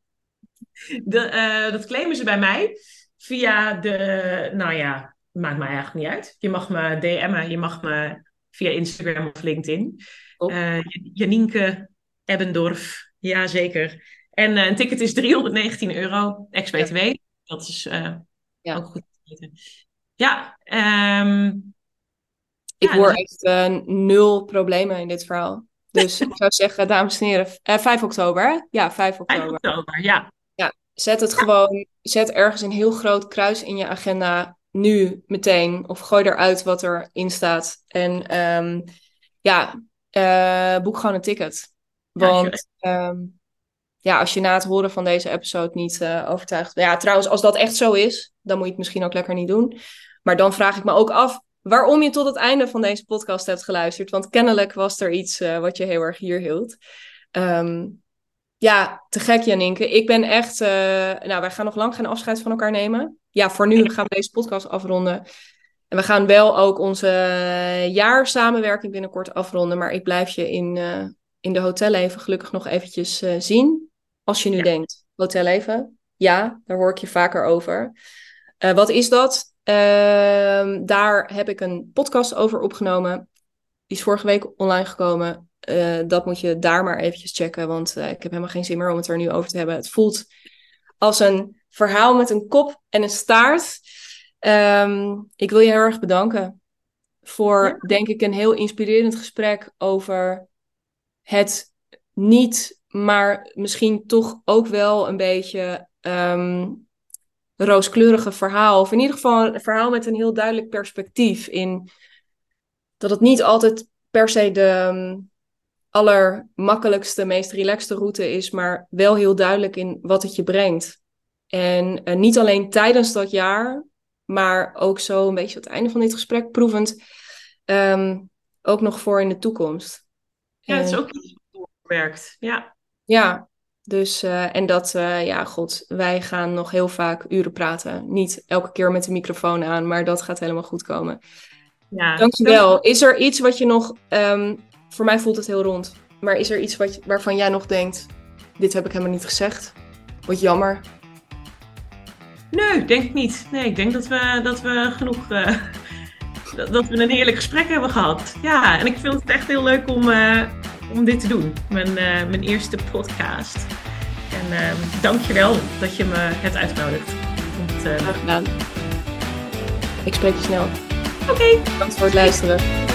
Speaker 2: De, uh, dat claimen ze bij mij via de, nou ja, maakt mij eigenlijk niet uit. Je mag me D M'en, je mag me via Instagram of LinkedIn. Uh, Janienke Ebbendorf, jazeker. En uh, een ticket is driehonderdnegentien euro, ex-B T W. Ja. Dat is uh, ja. ook goed te weten. Ja. Um,
Speaker 1: ik ja, hoor dus... echt uh, nul problemen in dit verhaal. Dus ik zou zeggen, dames en heren, uh, vijf oktober, hè? Ja, vijf oktober.
Speaker 2: vijf oktober, ja.
Speaker 1: Ja, zet het ja. gewoon, zet ergens een heel groot kruis in je agenda, nu, meteen. Of gooi eruit wat erin staat. En um, ja, uh, boek gewoon een ticket. Want... Ja, um, Ja, als je na het horen van deze episode niet uh, overtuigd... Ja, trouwens, als dat echt zo is, dan moet je het misschien ook lekker niet doen. Maar dan vraag ik me ook af waarom je tot het einde van deze podcast hebt geluisterd. Want kennelijk was er iets uh, wat je heel erg hier hield. Um, ja, te gek, Janienke. Ik ben echt... Uh, nou, wij gaan nog lang geen afscheid van elkaar nemen. Ja, voor nu gaan we deze podcast afronden. En we gaan wel ook onze jaarsamenwerking binnenkort afronden. Maar ik blijf je in, uh, in de hotelleven gelukkig nog eventjes uh, zien. Als je nu ja. denkt, hotelleven, ja, daar hoor ik je vaker over. Uh, wat is dat? Uh, daar heb ik een podcast over opgenomen. Die is vorige week online gekomen. Uh, dat moet je daar maar eventjes checken, want uh, ik heb helemaal geen zin meer om het er nu over te hebben. Het voelt als een verhaal met een kop en een staart. Um, ik wil je heel erg bedanken. voor,
Speaker 2: Ja.
Speaker 1: denk ik, een heel inspirerend gesprek over het niet, maar misschien toch ook wel een beetje um, rooskleurige verhaal. Of in ieder geval een verhaal met een heel duidelijk perspectief. In dat het niet altijd per se de um, allermakkelijkste, meest relaxte route is, maar wel heel duidelijk in wat het je brengt. En uh, niet alleen tijdens dat jaar, maar ook zo een beetje aan het einde van dit gesprek proevend, um, ook nog voor in de toekomst.
Speaker 2: Ja, het is
Speaker 1: en,
Speaker 2: ook iets wat doorwerkt. Ja.
Speaker 1: Ja, dus uh, en dat, uh, ja, god, wij gaan nog heel vaak uren praten. Niet elke keer met de microfoon aan, maar dat gaat helemaal goed komen.
Speaker 2: Ja.
Speaker 1: Dankjewel. Is er iets wat je nog, um, voor mij voelt het heel rond, maar is er iets wat je, waarvan jij nog denkt, dit heb ik helemaal niet gezegd? Wat jammer.
Speaker 2: Nee, denk ik niet. Nee, ik denk dat we, dat we genoeg, uh, dat, dat we een heerlijk gesprek hebben gehad. Ja, en ik vind het echt heel leuk om, uh, om dit te doen. Mijn, uh, mijn eerste podcast. En uh, dank je wel dat je me hebt uitgenodigd.
Speaker 1: Graag gedaan. Ik spreek je snel.
Speaker 2: Oké. Okay.
Speaker 1: Bedankt voor het luisteren.